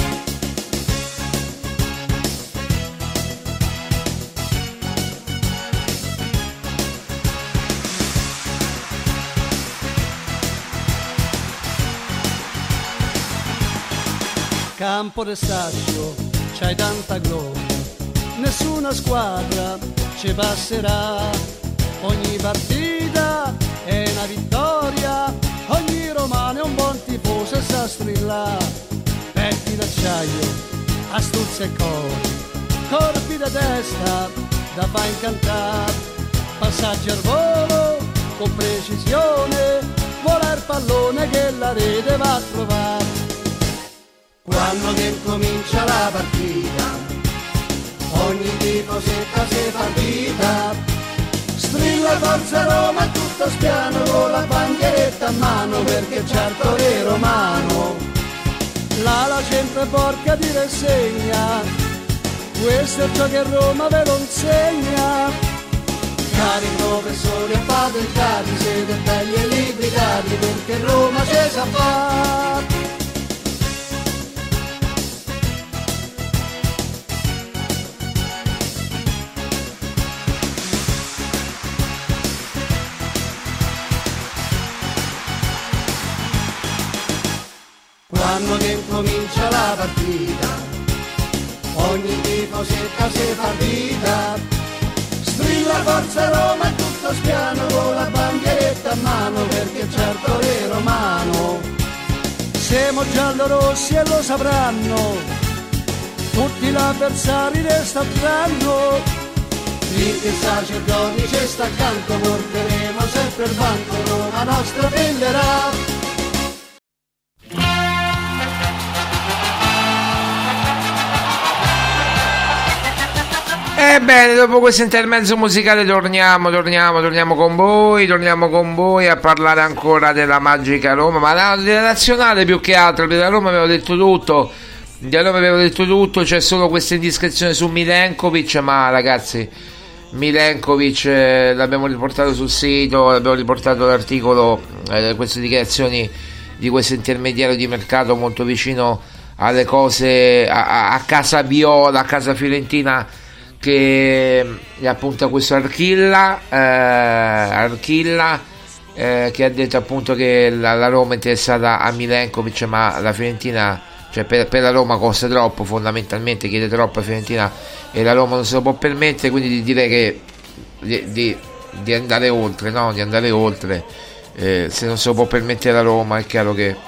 Campo de Staccio, c'hai tanta gloria, nessuna squadra ci passerà, ogni partita è una vittoria, ogni romano è un buon tifoso e sa strillare, petti d'acciaio, astuzia e cori, corpi da testa da fa incantare, passaggi al volo, con precisione, vola il pallone che la rete va a trovare. Quando che comincia la partita, ogni tifosetta si fa vita, strilla forza Roma tutto spiano con la bandieretta a mano perché c'è il torero romano. L'ala sempre porca di rassegna, questo è ciò che Roma ve lo insegna. Cari professori appatentati, siete belli e libridati perché Roma ce sa fa. Quando che comincia la partita, ogni tifosetta si fa vita, strilla forza Roma e tutto spiano con la bandieretta a mano perché c'è il torero romano. Siamo giallorossi e lo sapranno, tutti gli avversari resteranno, finché sacerdoti ci sta accanto, porteremo sempre il vanto, Roma nostra prenderà. Ebbene, dopo questo intermezzo musicale torniamo, torniamo, torniamo con voi, torniamo con voi a parlare ancora della magica Roma, ma della nazionale più che altro. Della Roma avevo detto tutto, della Roma avevo detto tutto, c'è solo questa indiscrezione su Milenkovic, ma ragazzi, Milenkovic eh, l'abbiamo riportato sul sito, l'abbiamo riportato l'articolo, eh, queste dichiarazioni di questo intermediario di mercato molto vicino alle cose, a, a, a casa Viola, a casa Fiorentina, che appunto questo Archilla eh, Archilla eh, che ha detto appunto che la, la Roma è interessata a Milenkovic, ma la Fiorentina, cioè per, per la Roma costa troppo, fondamentalmente chiede troppo a Fiorentina e la Roma non se lo può permettere, quindi di dire che di, di, di andare oltre, no? Di andare oltre eh, se non se lo può permettere la Roma, è chiaro che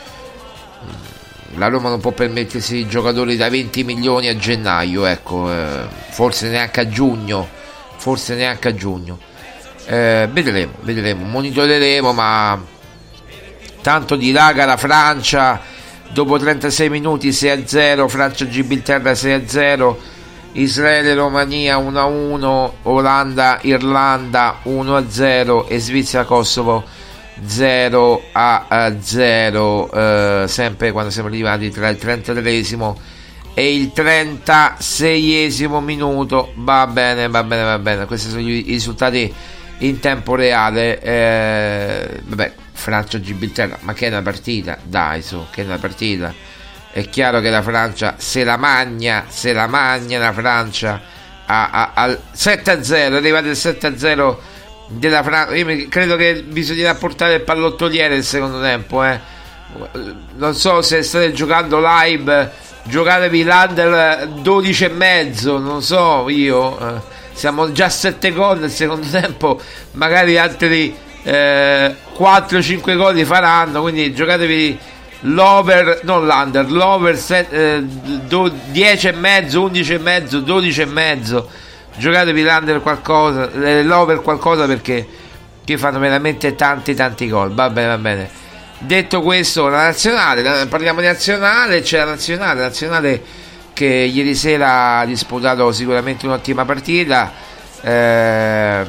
la Roma non può permettersi giocatori da venti milioni a gennaio, ecco, eh, forse neanche a giugno, forse neanche a giugno. Eh, vedremo, vedremo, monitoreremo, ma tanto dilaga la Francia, dopo trentasei minuti sei a zero, Francia-Gibilterra sei a zero, Israele-Romania uno a uno, Olanda-Irlanda uno a zero e Svizzera-Kosovo zero a zero, eh, sempre quando siamo arrivati tra il trentatreesimo e il trentaseiesimo minuto. Va bene, va bene, va bene, questi sono i risultati in tempo reale. eh, vabbè, Francia-Gibilterra, ma che è una partita, dai su, che è una partita. È chiaro che la Francia se la magna, se la magna la Francia al sette a zero, è arrivato il sette a zero della Francia. Io credo che bisognerà portare il pallottoliere il secondo tempo, eh. Non so se state giocando live, giocatevi l'under dodici e mezzo, non so io, eh. Siamo già a sette gol nel secondo tempo, magari altri eh, quattro cinque gol li faranno, quindi giocatevi l'over, non l'under, l'over eh, dieci e mezzo, undici e mezzo, dodici e mezzo. Giocatevi l'under qualcosa, l'over qualcosa, perché che fanno veramente tanti tanti gol. Va bene, va bene. Detto questo, la nazionale, parliamo di nazionale, c'è la nazionale, la nazionale che ieri sera ha disputato sicuramente un'ottima partita. Eh,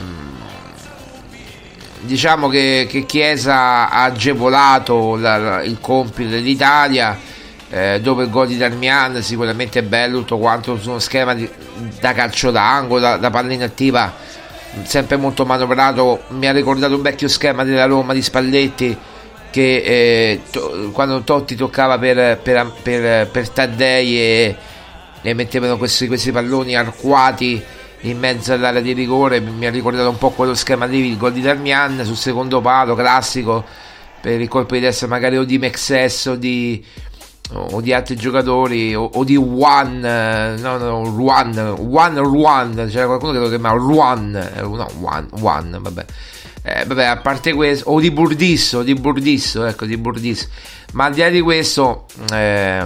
diciamo che, che Chiesa ha agevolato la, la, il compito dell'Italia. Eh, dopo il gol di Darmian sicuramente è bello tutto quanto, su uno schema di, da calcio d'angolo, da, da palla inattiva, sempre molto manovrato. Mi ha ricordato un vecchio schema della Roma di Spalletti, che eh, to, quando Totti toccava per, per, per, per Taddei e, e mettevano questi, questi palloni arcuati in mezzo all'area di rigore. Mi ha ricordato un po' quello schema lì, il gol di Darmian sul secondo palo classico per il colpo di testa magari o di Mexes o di o di altri giocatori, o, o di Juan, no no Juan Juan Juan c'era qualcuno che lo chiamava Juan, no Juan Juan vabbè eh, vabbè a parte questo, o di Burdisso di Burdisso ecco di Burdisso ma al di là di questo eh,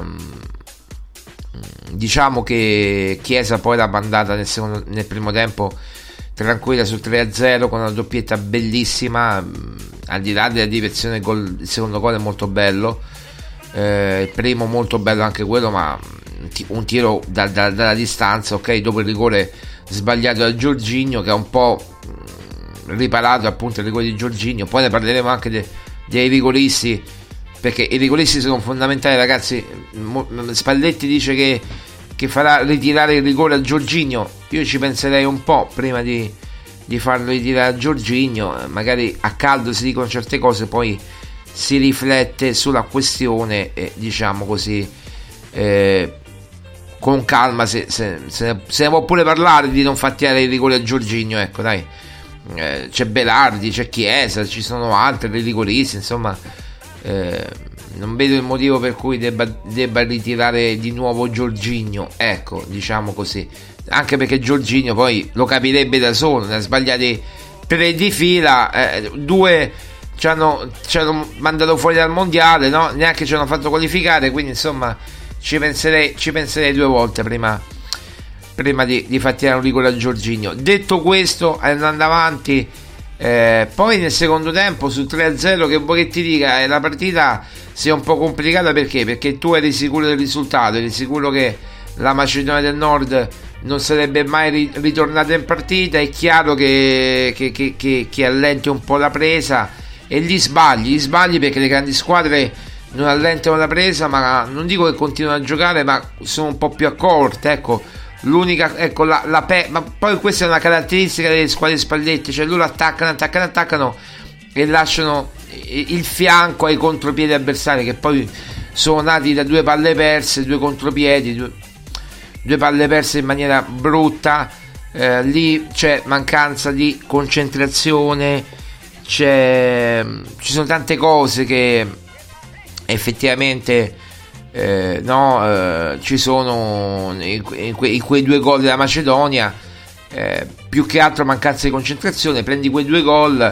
diciamo che Chiesa poi l'ha mandata nel, secondo, nel primo tempo tranquilla sul tre a zero con una doppietta bellissima, al di là della direzione gol, il secondo gol è molto bello, eh, il primo molto bello anche quello, ma un tiro da, da, dalla distanza, ok, dopo il rigore sbagliato da Jorginho, che ha un po' riparato appunto il rigore di Jorginho. Poi ne parleremo anche de, dei rigoristi, perché i rigoristi sono fondamentali, ragazzi. Spalletti dice che, che farà ritirare il rigore a Jorginho. Io ci penserei un po' prima di, di farlo ritirare a Jorginho, magari a caldo si dicono certe cose, poi si riflette sulla questione e diciamo così eh, con calma se, se, se, ne, se ne può pure parlare di non far tirare il rigore a Jorginho, ecco, dai. Eh, c'è Belardi, c'è Chiesa, ci sono altri rigoristi, insomma eh, non vedo il motivo per cui debba, debba ritirare di nuovo Jorginho, ecco, diciamo così, anche perché Jorginho poi lo capirebbe da solo, ne ha sbagliati tre di fila, eh, due ci hanno, ci hanno mandato fuori dal mondiale, no? Neanche ci hanno fatto qualificare, quindi insomma ci penserei, ci penserei due volte prima prima di, di far tirare un rigore a Jorginho. Detto questo, andando avanti, eh, poi nel secondo tempo sul tre a zero, che vuoi che ti dica, eh, la partita si è un po' complicata, perché? Perché tu eri sicuro del risultato, eri sicuro che la Macedonia del Nord non sarebbe mai ri- ritornata in partita. È chiaro che, che, che, che, che allenti un po' la presa, e gli sbagli, gli sbagli perché le grandi squadre non allentano la presa, ma non dico che continuano a giocare, ma sono un po' più accorte, ecco. L'unica, ecco, la, la pe- ma poi questa è una caratteristica delle squadre Spalletti, cioè loro attaccano, attaccano, attaccano e lasciano il fianco ai contropiedi avversari, che poi sono nati da due palle perse, due contropiedi, due, due palle perse in maniera brutta. Eh, lì c'è mancanza di concentrazione, c'è, ci sono tante cose che effettivamente Eh, no, eh, ci sono in, in, que, in quei due gol della Macedonia, eh, più che altro mancanza di concentrazione. Prendi quei due gol,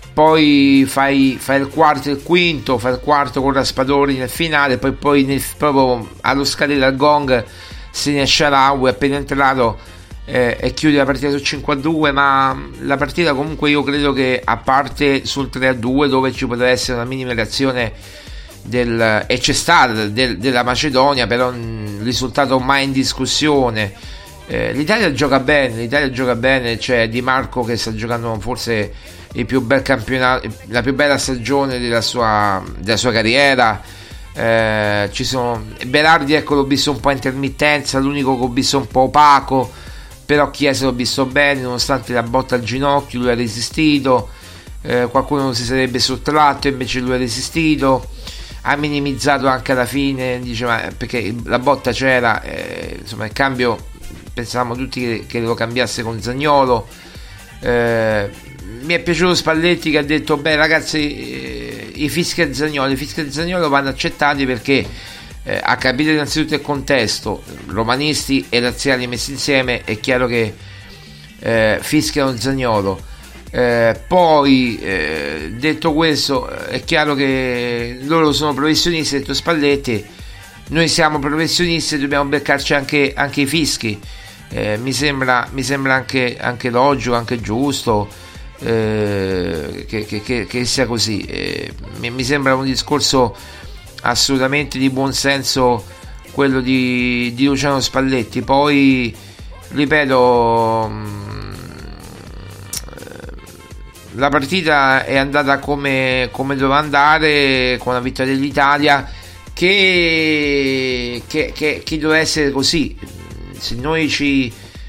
poi fai, fai il quarto e il quinto, fai il quarto con Raspadori nel finale, poi, poi nel, proprio allo scadere dal gong se ne esce Sharawi appena entrato, eh, e chiude la partita su cinque a due. Ma la partita comunque io credo che, a parte sul tre a due dove ci poteva essere una minima reazione del, e c'è stata del, della Macedonia, però un risultato mai in discussione. eh, l'Italia gioca bene, l'Italia gioca bene, c'è Di Marco che sta giocando forse il più bel campionato, la più bella stagione della sua, della sua carriera. eh, ci sono Belardi, ecco, l'ho visto un po' a intermittenza, l'unico che ho visto un po' opaco, però Chiesa l'ho visto bene, nonostante la botta al ginocchio lui ha resistito. eh, qualcuno non si sarebbe sottratto, invece lui ha resistito, ha minimizzato anche alla fine, diceva, perché la botta c'era, eh, insomma il cambio pensavamo tutti che, che lo cambiasse con Zaniolo. eh, mi è piaciuto Spalletti che ha detto: beh ragazzi, eh, i fischi a Zaniolo i fischi a Zaniolo vanno accettati, perché eh, a capire innanzitutto il contesto, romanisti e razziali messi insieme, è chiaro che eh, fischiano Zaniolo. Eh, poi eh, detto questo, è chiaro che loro sono professionisti, ha detto Spalletti, noi siamo professionisti e dobbiamo beccarci anche, anche i fischi. eh, mi sembra, mi sembra anche, anche logico, anche giusto eh, che, che, che, che sia così. eh, mi, mi sembra un discorso assolutamente di buon senso quello di, di Luciano Spalletti. Poi ripeto, la partita è andata come, come doveva andare, con la vittoria dell'Italia, che, che, che, che doveva essere così. Se noi ci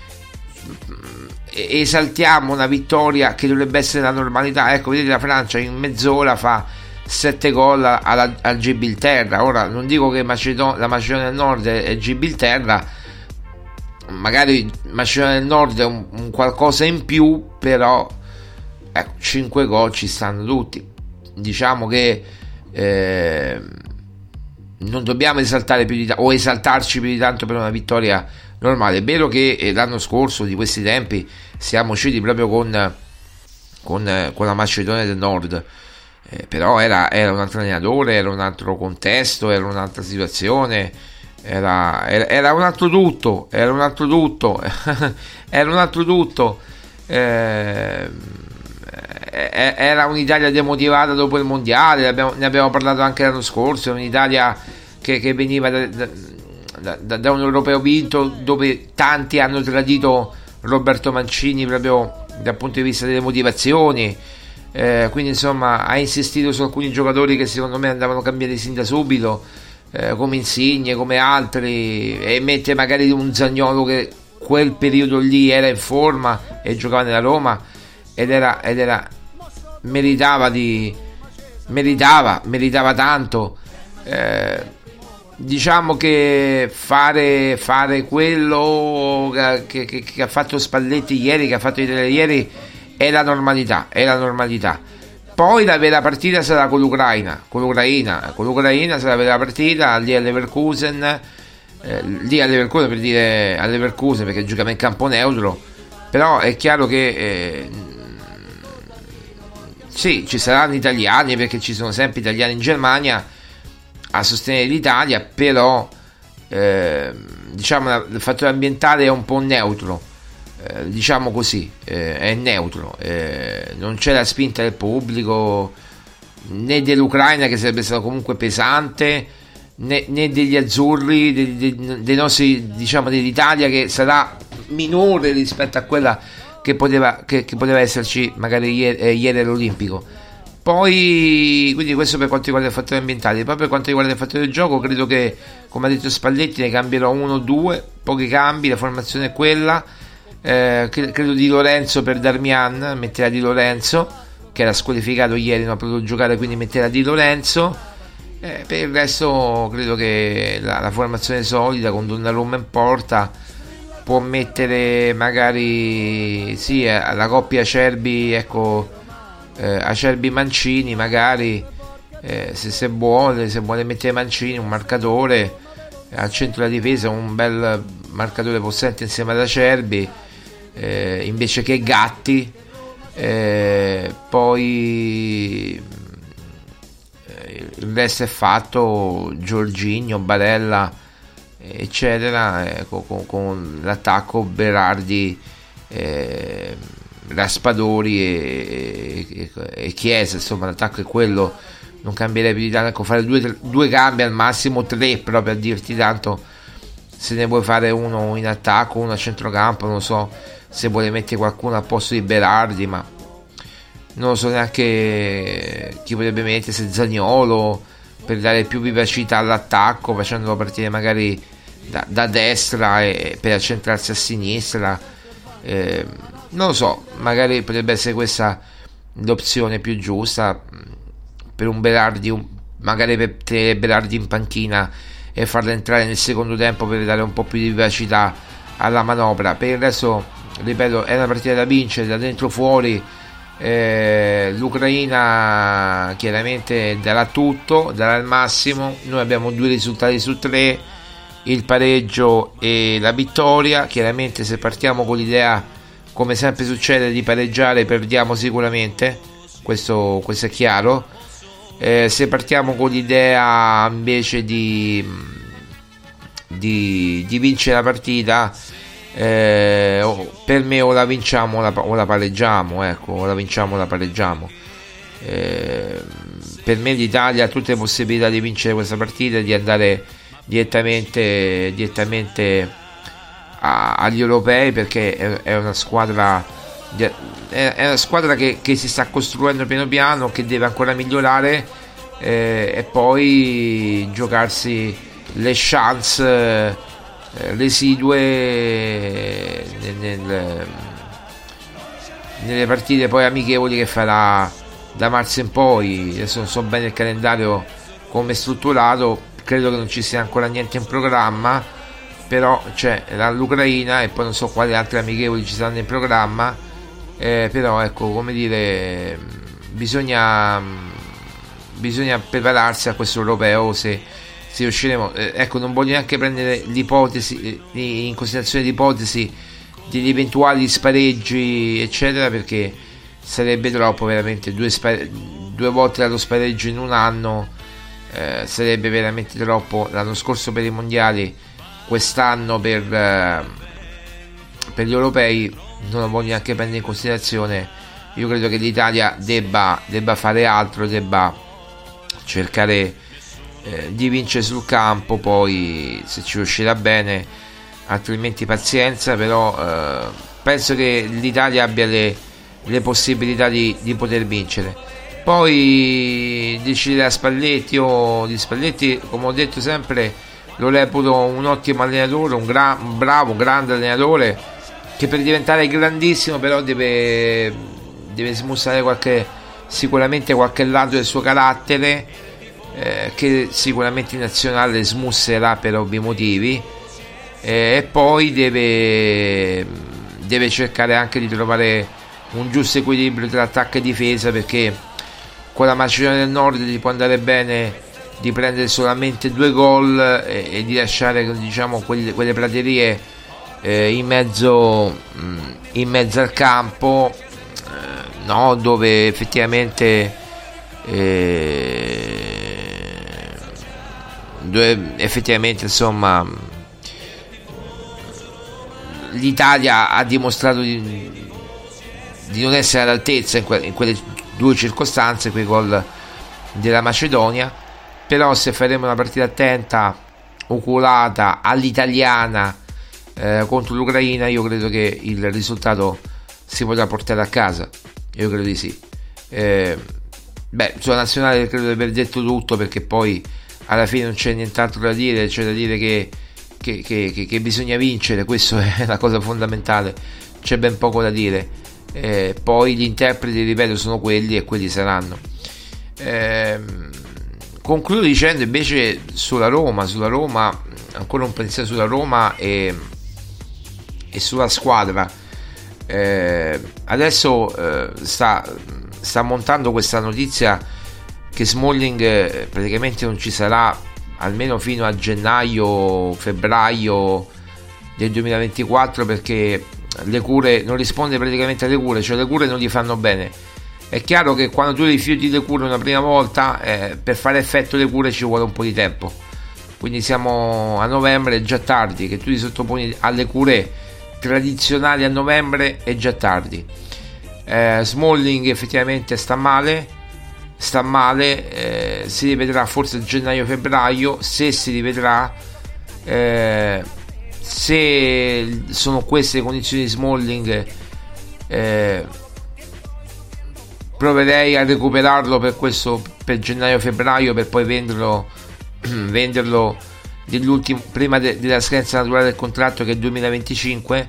esaltiamo una vittoria che dovrebbe essere la normalità, ecco, vedete la Francia in mezz'ora fa sette gol alla, al Gibilterra. Ora non dico che Macedon- la Macedonia del Nord è, è Gibilterra, magari Macedonia del Nord è un, un qualcosa in più, però ecco, cinque gol ci stanno tutti. Diciamo che eh, non dobbiamo esaltare più di ta- o esaltarci più di tanto per una vittoria normale. È vero che eh, l'anno scorso di questi tempi siamo usciti proprio con, con, eh, con la Macedonia del Nord, eh, però era, era un altro allenatore, era un altro contesto, era un'altra situazione, era, era, era un altro tutto, era un altro tutto, era un altro tutto. eh, era un'Italia demotivata dopo il mondiale, abbiamo, ne abbiamo parlato anche l'anno scorso, un'Italia che, che veniva da, da, da, da un europeo vinto, dove tanti hanno tradito Roberto Mancini proprio dal punto di vista delle motivazioni, eh, quindi insomma ha insistito su alcuni giocatori che secondo me andavano cambiati sin da subito, eh, come Insigne, come altri, e mette magari un Zaniolo che quel periodo lì era in forma e giocava nella Roma ed era, ed era meritava di meritava meritava tanto, eh, diciamo che fare fare quello che, che, che ha fatto Spalletti ieri, che ha fatto Italia ieri, è la normalità, è la normalità. Poi la vera partita sarà con l'Ucraina, con l'Ucraina, con l'Ucraina sarà la vera partita lì a Leverkusen, eh, lì a Leverkusen per dire a Leverkusen perché giocava in campo neutro, però è chiaro che eh, sì, ci saranno italiani, perché ci sono sempre italiani in Germania a sostenere l'Italia, però eh, diciamo il fattore ambientale è un po' neutro, eh, diciamo così, eh, è neutro, eh, non c'è la spinta del pubblico né dell'Ucraina, che sarebbe stato comunque pesante, né, né degli azzurri, dei, dei, dei nostri, diciamo dell'Italia, che sarà minore rispetto a quella che poteva, che, che poteva esserci magari ieri, eh, ieri all'Olimpico. Poi, quindi questo per quanto riguarda il fattore ambientale. Poi per quanto riguarda il fattore del gioco, credo che, come ha detto Spalletti, ne cambierò uno o due, pochi cambi, la formazione è quella, eh, credo Di Lorenzo per Darmian, metterà Di Lorenzo, che era squalificato ieri, non ha potuto giocare, quindi metterà Di Lorenzo, eh, per il resto credo che la, la formazione solida, con Donnarumma in porta, può mettere magari sì la coppia Acerbi, ecco, eh, Acerbi Mancini magari, eh, se, se vuole se vuole mettere Mancini, un marcatore eh, al centro della difesa, un bel marcatore possente insieme ad Acerbi, eh, invece che Gatti, eh, poi eh, il resto è fatto, Jorginho, Barella eccetera, eh, con, con l'attacco Berardi, eh, Raspadori e, e, e Chiesa, insomma l'attacco è quello, non cambierei più di tanto, ecco, fare due, tre, due cambi al massimo, tre proprio a dirti tanto, se ne vuoi fare uno in attacco, uno a centrocampo, non so se vuole mettere qualcuno al posto di Berardi, ma non lo so neanche chi potrebbe mettere, se Zaniolo, per dare più vivacità all'attacco, facendolo partire magari da, da destra e per accentrarsi a sinistra, eh, non lo so, magari potrebbe essere questa l'opzione più giusta per un Berardi, un, magari per tenere Berardi in panchina e farlo entrare nel secondo tempo per dare un po' più di vivacità alla manovra. Per il resto, ripeto, è una partita da vincere da dentro fuori. Eh, l'Ucraina chiaramente darà tutto, darà il massimo. Noi abbiamo due risultati su tre, il pareggio e la vittoria. Chiaramente se partiamo con l'idea, come sempre succede, di pareggiare, perdiamo sicuramente, questo, questo è chiaro. Eh, se partiamo con l'idea invece di, di, di vincere la partita, Eh, per me o la vinciamo o la, o la pareggiamo, ecco, o la vinciamo o la pareggiamo. Eh, per me l'Italia ha tutte le possibilità di vincere questa partita e di andare direttamente direttamente a, agli europei, perché è, è una squadra è, è una squadra che, che si sta costruendo piano piano, che deve ancora migliorare, eh, e poi giocarsi le chance residue nel, nel, nelle partite poi amichevoli che farà da marzo in poi. Adesso non so bene il calendario come è strutturato, credo che non ci sia ancora niente in programma, però c'è l'Ucraina e poi non so quali altre amichevoli ci saranno in programma, eh, però ecco, come dire, bisogna bisogna prepararsi a questo europeo se se riusciremo, eh, ecco, non voglio neanche prendere l'ipotesi eh, in considerazione l'ipotesi degli eventuali spareggi eccetera, perché sarebbe troppo, veramente due, spare- due volte dallo spareggio in un anno, eh, sarebbe veramente troppo. L'anno scorso per i mondiali, quest'anno per, eh, per gli europei non lo voglio neanche prendere in considerazione. Io credo che l'Italia debba, debba fare altro, debba cercare eh, di vincere sul campo, poi se ci riuscirà bene, altrimenti pazienza, però eh, penso che l'Italia abbia le, le possibilità di, di poter vincere. Poi decidere a Spalletti, o di Spalletti, come ho detto sempre, lo reputo un ottimo allenatore, un, gra- un bravo, un grande allenatore, che per diventare grandissimo però deve, deve smussare qualche, sicuramente qualche lato del suo carattere, eh, che sicuramente in nazionale smusserà per ovvi motivi, eh, e poi deve, deve cercare anche di trovare un giusto equilibrio tra attacco e difesa, perché con la Macedonia del Nord gli può andare bene di prendere solamente due gol e, e di lasciare, diciamo, quelle, quelle praterie eh, in mezzo mh, in mezzo al campo, eh, no, dove effettivamente eh, dove effettivamente insomma l'Italia ha dimostrato di, di non essere all'altezza in, que- in quelle due circostanze, quei gol della Macedonia. Però se faremo una partita attenta, oculata, all'italiana eh, contro l'Ucraina, io credo che il risultato si potrà portare a casa. Io credo di sì. Eh, beh, sulla nazionale credo di aver detto tutto, perché poi alla fine non c'è nient'altro da dire. C'è da dire che, che, che, che, che bisogna vincere, questo è la cosa fondamentale. C'è ben poco da dire. Eh, poi gli interpreti, ripeto, sono quelli e quelli saranno. Eh, concludo dicendo invece sulla Roma, sulla Roma, ancora un pensiero sulla Roma e, e sulla squadra. Eh, adesso eh, sta, sta montando questa notizia che Smalling eh, praticamente non ci sarà almeno fino a gennaio, febbraio del duemilaventiquattro, perché le cure, non risponde praticamente alle cure, cioè le cure non gli fanno bene. È chiaro che quando tu rifiuti le cure una prima volta, eh, per fare effetto le cure ci vuole un po' di tempo, quindi siamo a novembre, è già tardi. Che tu ti sottoponi alle cure tradizionali a novembre è già tardi. eh, Smalling effettivamente sta male, sta male, eh, si rivedrà forse gennaio-febbraio, se si rivedrà, eh, se sono queste le condizioni di Smalling, eh, proverei a recuperarlo per questo, per gennaio-febbraio, per poi venderlo venderlo dell'ultimo, prima de, della scadenza naturale del contratto, che è il duemilaventicinque,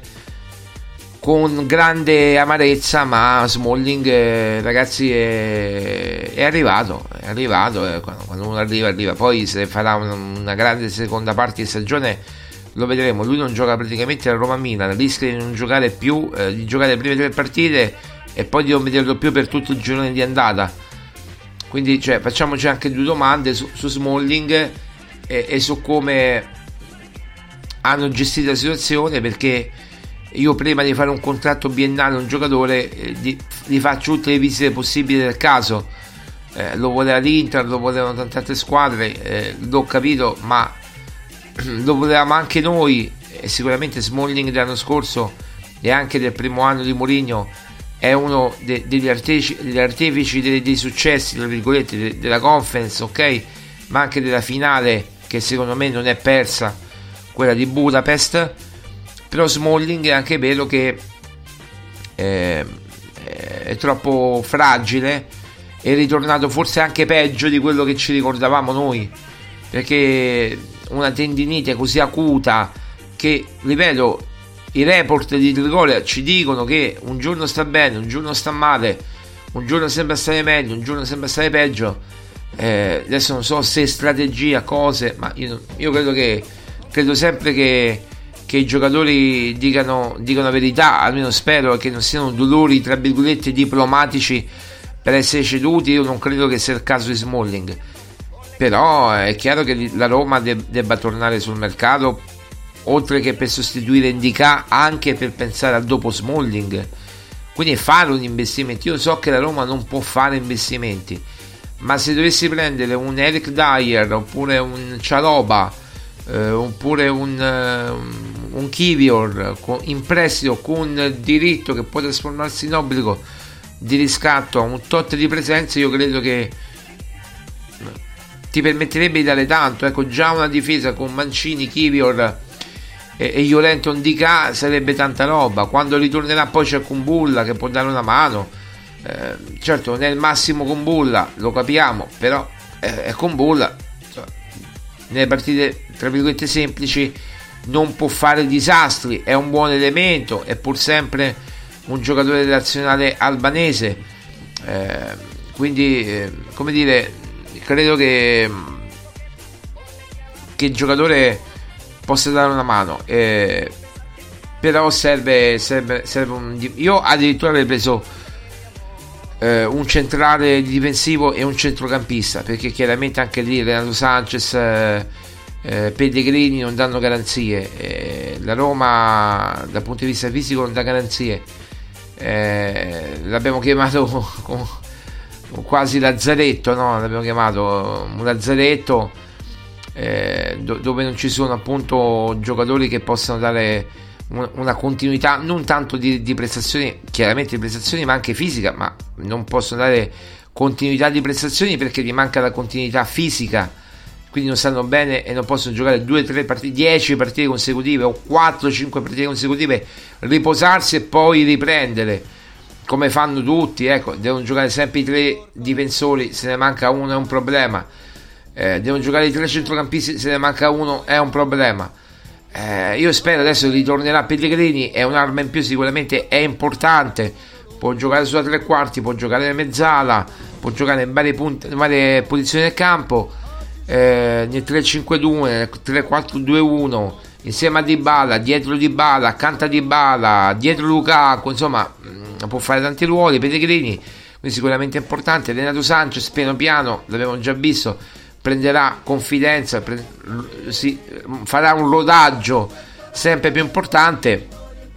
con grande amarezza. Ma Smalling, eh, ragazzi, è, è arrivato è arrivato eh, quando, quando uno arriva arriva. Poi se farà una, una grande seconda parte di stagione lo vedremo. Lui non gioca praticamente alla Roma-Milan, rischia di non giocare più, eh, di giocare le prime tre partite e poi di non vederlo più per tutto il girone di andata. Quindi, cioè, facciamoci anche due domande su, su Smalling e, e su come hanno gestito la situazione, perché io prima di fare un contratto biennale a un giocatore eh, gli, gli faccio tutte le visite possibili del caso. Eh, lo voleva l'Inter, lo volevano tante altre squadre, eh, l'ho capito, ma lo volevamo anche noi, e sicuramente Smalling dell'anno scorso e anche del primo anno di Mourinho è uno de- degli, artefici, degli artefici dei, dei successi, tra virgolette, de- della Conference, ok, ma anche della finale, che secondo me non è persa, quella di Budapest. Però Smalling è anche vero che eh, è troppo fragile, è ritornato forse anche peggio di quello che ci ricordavamo noi, perché una tendinite così acuta che, ripeto, i report di Trigoria ci dicono che un giorno sta bene, un giorno sta male, un giorno sembra stare meglio, un giorno sembra stare peggio. Eh, adesso non so se strategia, cose, ma io, io credo che credo sempre che, che i giocatori dicano, dicano la verità, almeno spero che non siano dolori tra virgolette diplomatici per essere ceduti. Io non credo che sia il caso di Smalling, però è chiaro che la Roma deb- debba tornare sul mercato, oltre che per sostituire Ndicà, anche per pensare al dopo Smalling, quindi fare un investimento. Io so che la Roma non può fare investimenti, ma se dovessi prendere un Eric Dyer oppure un Cialoba, eh, oppure un, un Kivior con, in prestito con diritto che può trasformarsi in obbligo di riscatto a un tot di presenze, io credo che ti permetterebbe di dare tanto. Ecco, già una difesa con Mancini, Kivior e, e Joelinton Di Ca sarebbe tanta roba. Quando ritornerà poi c'è Kumbulla che può dare una mano, eh, certo non è il massimo Kumbulla, lo capiamo, però è, è Kumbulla, insomma, nelle partite tra virgolette semplici non può fare disastri, è un buon elemento, è pur sempre un giocatore della nazionale albanese, eh, quindi eh, come dire, credo che che il giocatore possa dare una mano, eh, però serve, serve, serve un, io addirittura avrei preso eh, un centrale difensivo e un centrocampista, perché chiaramente anche lì Renato Sanchez, eh, eh, Pellegrini non danno garanzie, eh, la Roma dal punto di vista fisico non dà garanzie, eh, l'abbiamo chiamato con, con quasi Lazzaretto, no? L'abbiamo chiamato un Lazzaretto, eh, do, dove non ci sono appunto giocatori che possano dare una, una continuità non tanto di, di prestazioni, chiaramente di prestazioni, ma anche fisica, ma non possono dare continuità di prestazioni perché gli manca la continuità fisica, quindi non stanno bene e non possono giocare due tre partite, dieci partite consecutive o quattro cinque partite consecutive, riposarsi e poi riprendere come fanno tutti. Ecco, devono giocare sempre i tre difensori, se ne manca uno è un problema, eh, devono giocare i tre centrocampisti, se ne manca uno è un problema. Eh, io spero adesso ritornerà Pellegrini, è un'arma in più, sicuramente è importante, può giocare sulla tre quarti, può giocare nella mezzala, può giocare in varie, punti, in varie posizioni del campo, eh, nel tre cinque due, nel tre quattro due uno, insieme a Dybala, dietro Dybala, accanto a Dybala, dietro Lukaku, insomma mh, può fare tanti ruoli Pellegrini, quindi sicuramente importante. Renato Sanchez piano piano, l'abbiamo già visto, prenderà confidenza, pre- si, farà un rodaggio sempre più importante.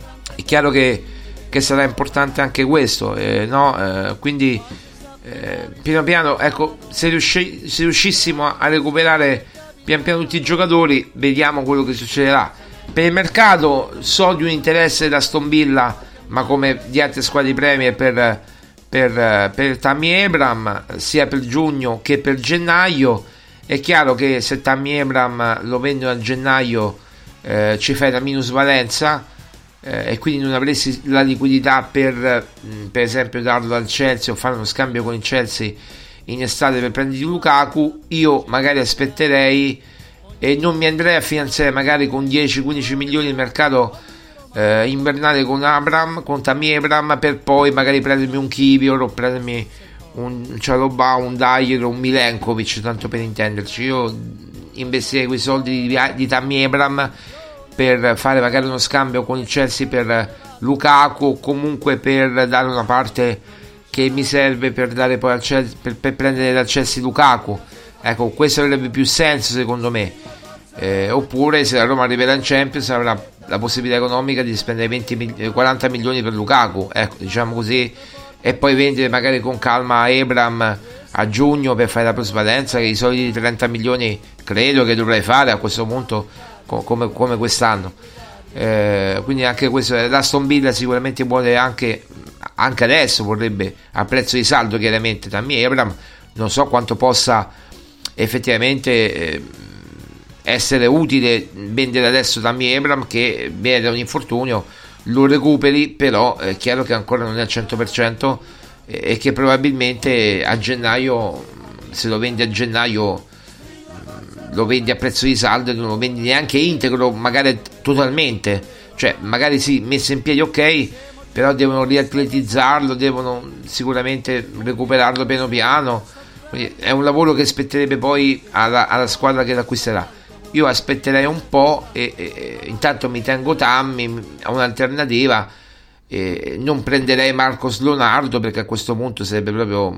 È chiaro che, che sarà importante anche questo, eh, no? eh, quindi eh, piano piano, ecco, se, riusci- se riuscissimo a recuperare pian piano tutti i giocatori, vediamo quello che succederà. Per il mercato so di un interesse da Aston Villa, ma come di altre squadre di Premier, per, per, per Tammy Abraham, sia per giugno che per gennaio. È chiaro che se Tammy Abraham lo vendono a gennaio, eh, ci fai la minusvalenza, eh, e quindi non avresti la liquidità per mh, per esempio darlo al Chelsea o fare uno scambio con il Chelsea in estate per prendere Lukaku. Io magari aspetterei e non mi andrei a finanziare magari con dieci quindici milioni il mercato eh, invernale con Abraham, con Tammy Abraham, per poi magari prendermi un Kivior o prendermi un Cialobà, un Dyer o un Milenkovic, tanto per intenderci. Io investirei quei soldi di, di Tammy Abraham per fare magari uno scambio con il Chelsea per Lukaku, o comunque per dare una parte che mi serve per dare poi al Chelsea, per, per prendere dal Chelsea Lukaku. Ecco, questo avrebbe più senso secondo me. Eh, oppure se la Roma arriverà in Champions avrà la possibilità economica di spendere venti, quaranta milioni per Lukaku, ecco, diciamo così, e poi vendere magari con calma Abraham a giugno per fare la plusvalenza, che i soliti trenta milioni credo che dovrei fare a questo punto, co- come, come quest'anno. Eh, quindi anche questo, l'Aston Villa sicuramente vuole anche, anche adesso vorrebbe a prezzo di saldo chiaramente Tammy Abraham. Non so quanto possa effettivamente eh, essere utile vendere adesso Tammy Abraham, che viene da un infortunio, lo recuperi, però è chiaro che ancora non è al cento per cento e che probabilmente a gennaio, se lo vendi a gennaio, lo vendi a prezzo di saldo e non lo vendi neanche integro, magari totalmente, cioè magari sì, messo in piedi ok, però devono riatletizzarlo, devono sicuramente recuperarlo piano piano, quindi è un lavoro che spetterebbe poi alla, alla squadra che l'acquisterà. Io aspetterei un po' e, e, e intanto mi tengo Tammy a un'alternativa, e non prenderei Marcos Leonardo, perché a questo punto sarebbe proprio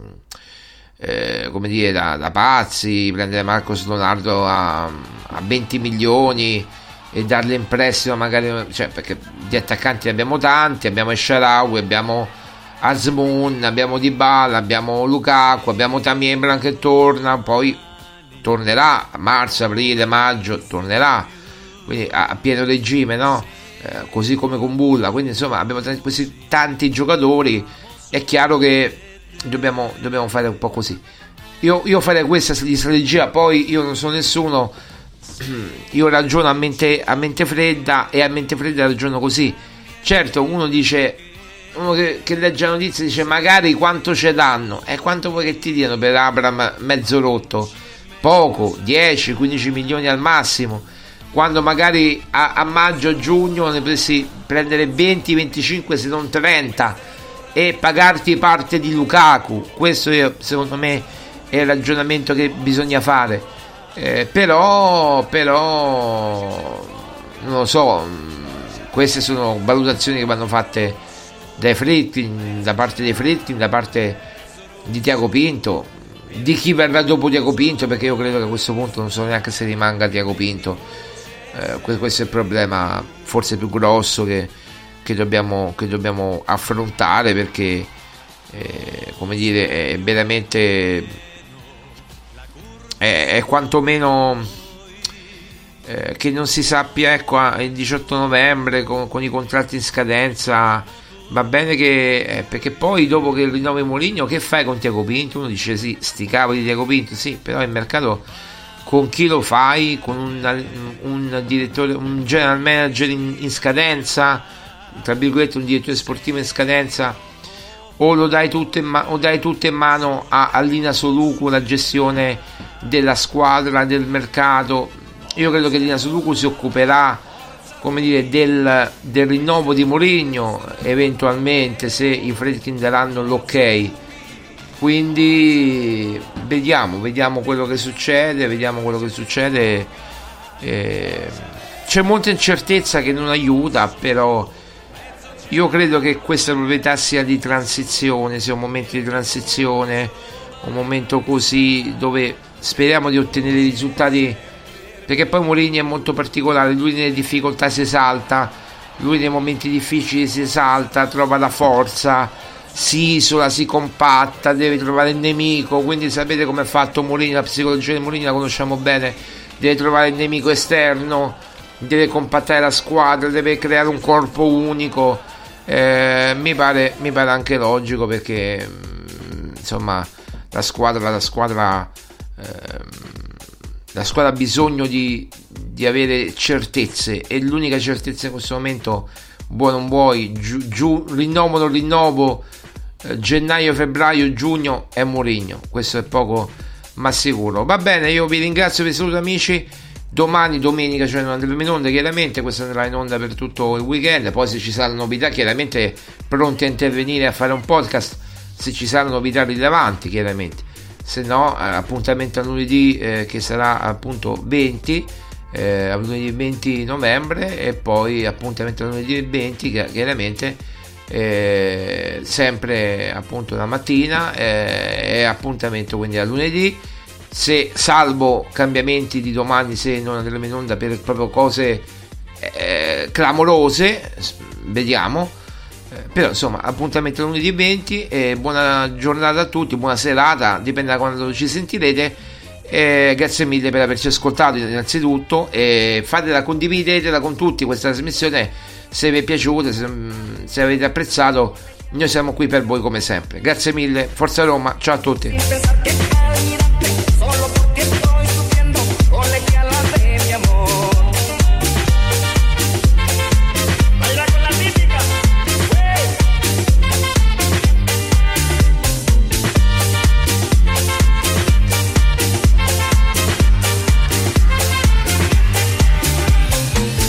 eh, come dire da, da pazzi prendere Marcos Leonardo a, a venti milioni e darle in prestito magari, cioè, perché di attaccanti ne abbiamo tanti, abbiamo Esharawi, abbiamo Azmoun, abbiamo Dybala, abbiamo Lukaku, abbiamo Tammy Abraham che torna, poi tornerà a marzo, aprile, maggio, tornerà, quindi a, a pieno regime, no? Eh, così come con Bulla, quindi insomma abbiamo t- questi tanti giocatori, è chiaro che dobbiamo, dobbiamo fare un po' così. Io, io farei questa di strategia, poi io non sono nessuno, io ragiono a mente, a mente fredda, e a mente fredda ragiono così. Certo, uno dice, uno che, che legge la notizia dice magari quanto ce danno, e quanto vuoi che ti diano per Abraham mezzo rotto? Poco, dieci quindici milioni al massimo, quando magari a, a maggio giugno ne potresti prendere venti venticinque se non trenta e pagarti parte di Lukaku. Questo io, secondo me è il ragionamento che bisogna fare, eh, però però non lo so, queste sono valutazioni che vanno fatte dai Friedkin, da parte dei Friedkin, da parte di Tiago Pinto, di chi verrà dopo Tiago Pinto, perché io credo che a questo punto non so neanche se rimanga Tiago Pinto. Eh, questo è il problema forse più grosso che, che, dobbiamo, che dobbiamo affrontare, perché eh, come dire, è veramente è, è quantomeno eh, che non si sappia, ecco, il diciotto novembre con, con i contratti in scadenza. Va bene che eh, perché poi dopo che rinnovi Mourinho, che fai con Tiago Pinto? Uno dice sì, sti cavoli di Tiago Pinto, sì, però il mercato con chi lo fai? Con un, un direttore, un general manager in, in scadenza, tra virgolette un direttore sportivo in scadenza, o lo dai tutto in, ma- o dai tutto in mano a, a Lina Soluku la gestione della squadra, del mercato? Io credo che Lina Soluku si occuperà, come dire, del, del rinnovo di Mourinho, eventualmente, se i Friedkin daranno l'ok. Quindi vediamo, vediamo quello che succede, vediamo quello che succede. Eh, c'è molta incertezza che non aiuta, però io credo che questa proprietà sia di transizione, sia un momento di transizione, un momento così dove speriamo di ottenere risultati, perché poi Mourinho è molto particolare, lui nelle difficoltà si esalta, lui nei momenti difficili si esalta, trova la forza, si isola, si compatta, deve trovare il nemico. Quindi sapete come è fatto Mourinho, la psicologia di Mourinho la conosciamo bene, deve trovare il nemico esterno, deve compattare la squadra, deve creare un corpo unico. Eh, mi pare, mi pare anche logico, perché insomma la squadra la squadra eh, la squadra ha bisogno di, di avere certezze, e l'unica certezza in questo momento, vuoi non vuoi, giù, giù, rinnovo non rinnovo, eh, gennaio, febbraio, giugno, è Mourinho. Questo è poco ma sicuro. Va bene, io vi ringrazio, vi saluto amici. Domani domenica cioè non andremo in onda, chiaramente questa andrà in onda per tutto il weekend. Poi se ci saranno novità, chiaramente pronti a intervenire, a fare un podcast se ci saranno novità rilevanti, chiaramente. Se no, appuntamento a lunedì, eh, che sarà appunto venti, eh, a lunedì venti novembre, e poi appuntamento a lunedì venti, che chiaramente eh, sempre appunto la mattina, eh, e appuntamento quindi a lunedì, se salvo cambiamenti di domani, se non andremo in onda per proprio cose eh, clamorose, vediamo. Però insomma, appuntamento lunedì venti, e buona giornata a tutti, buona serata, dipende da quando ci sentirete. Eh, grazie mille per averci ascoltato innanzitutto, e fatela, condividetela con tutti questa trasmissione se vi è piaciuta, se, se avete apprezzato. Noi siamo qui per voi come sempre. Grazie mille, Forza Roma, ciao a tutti.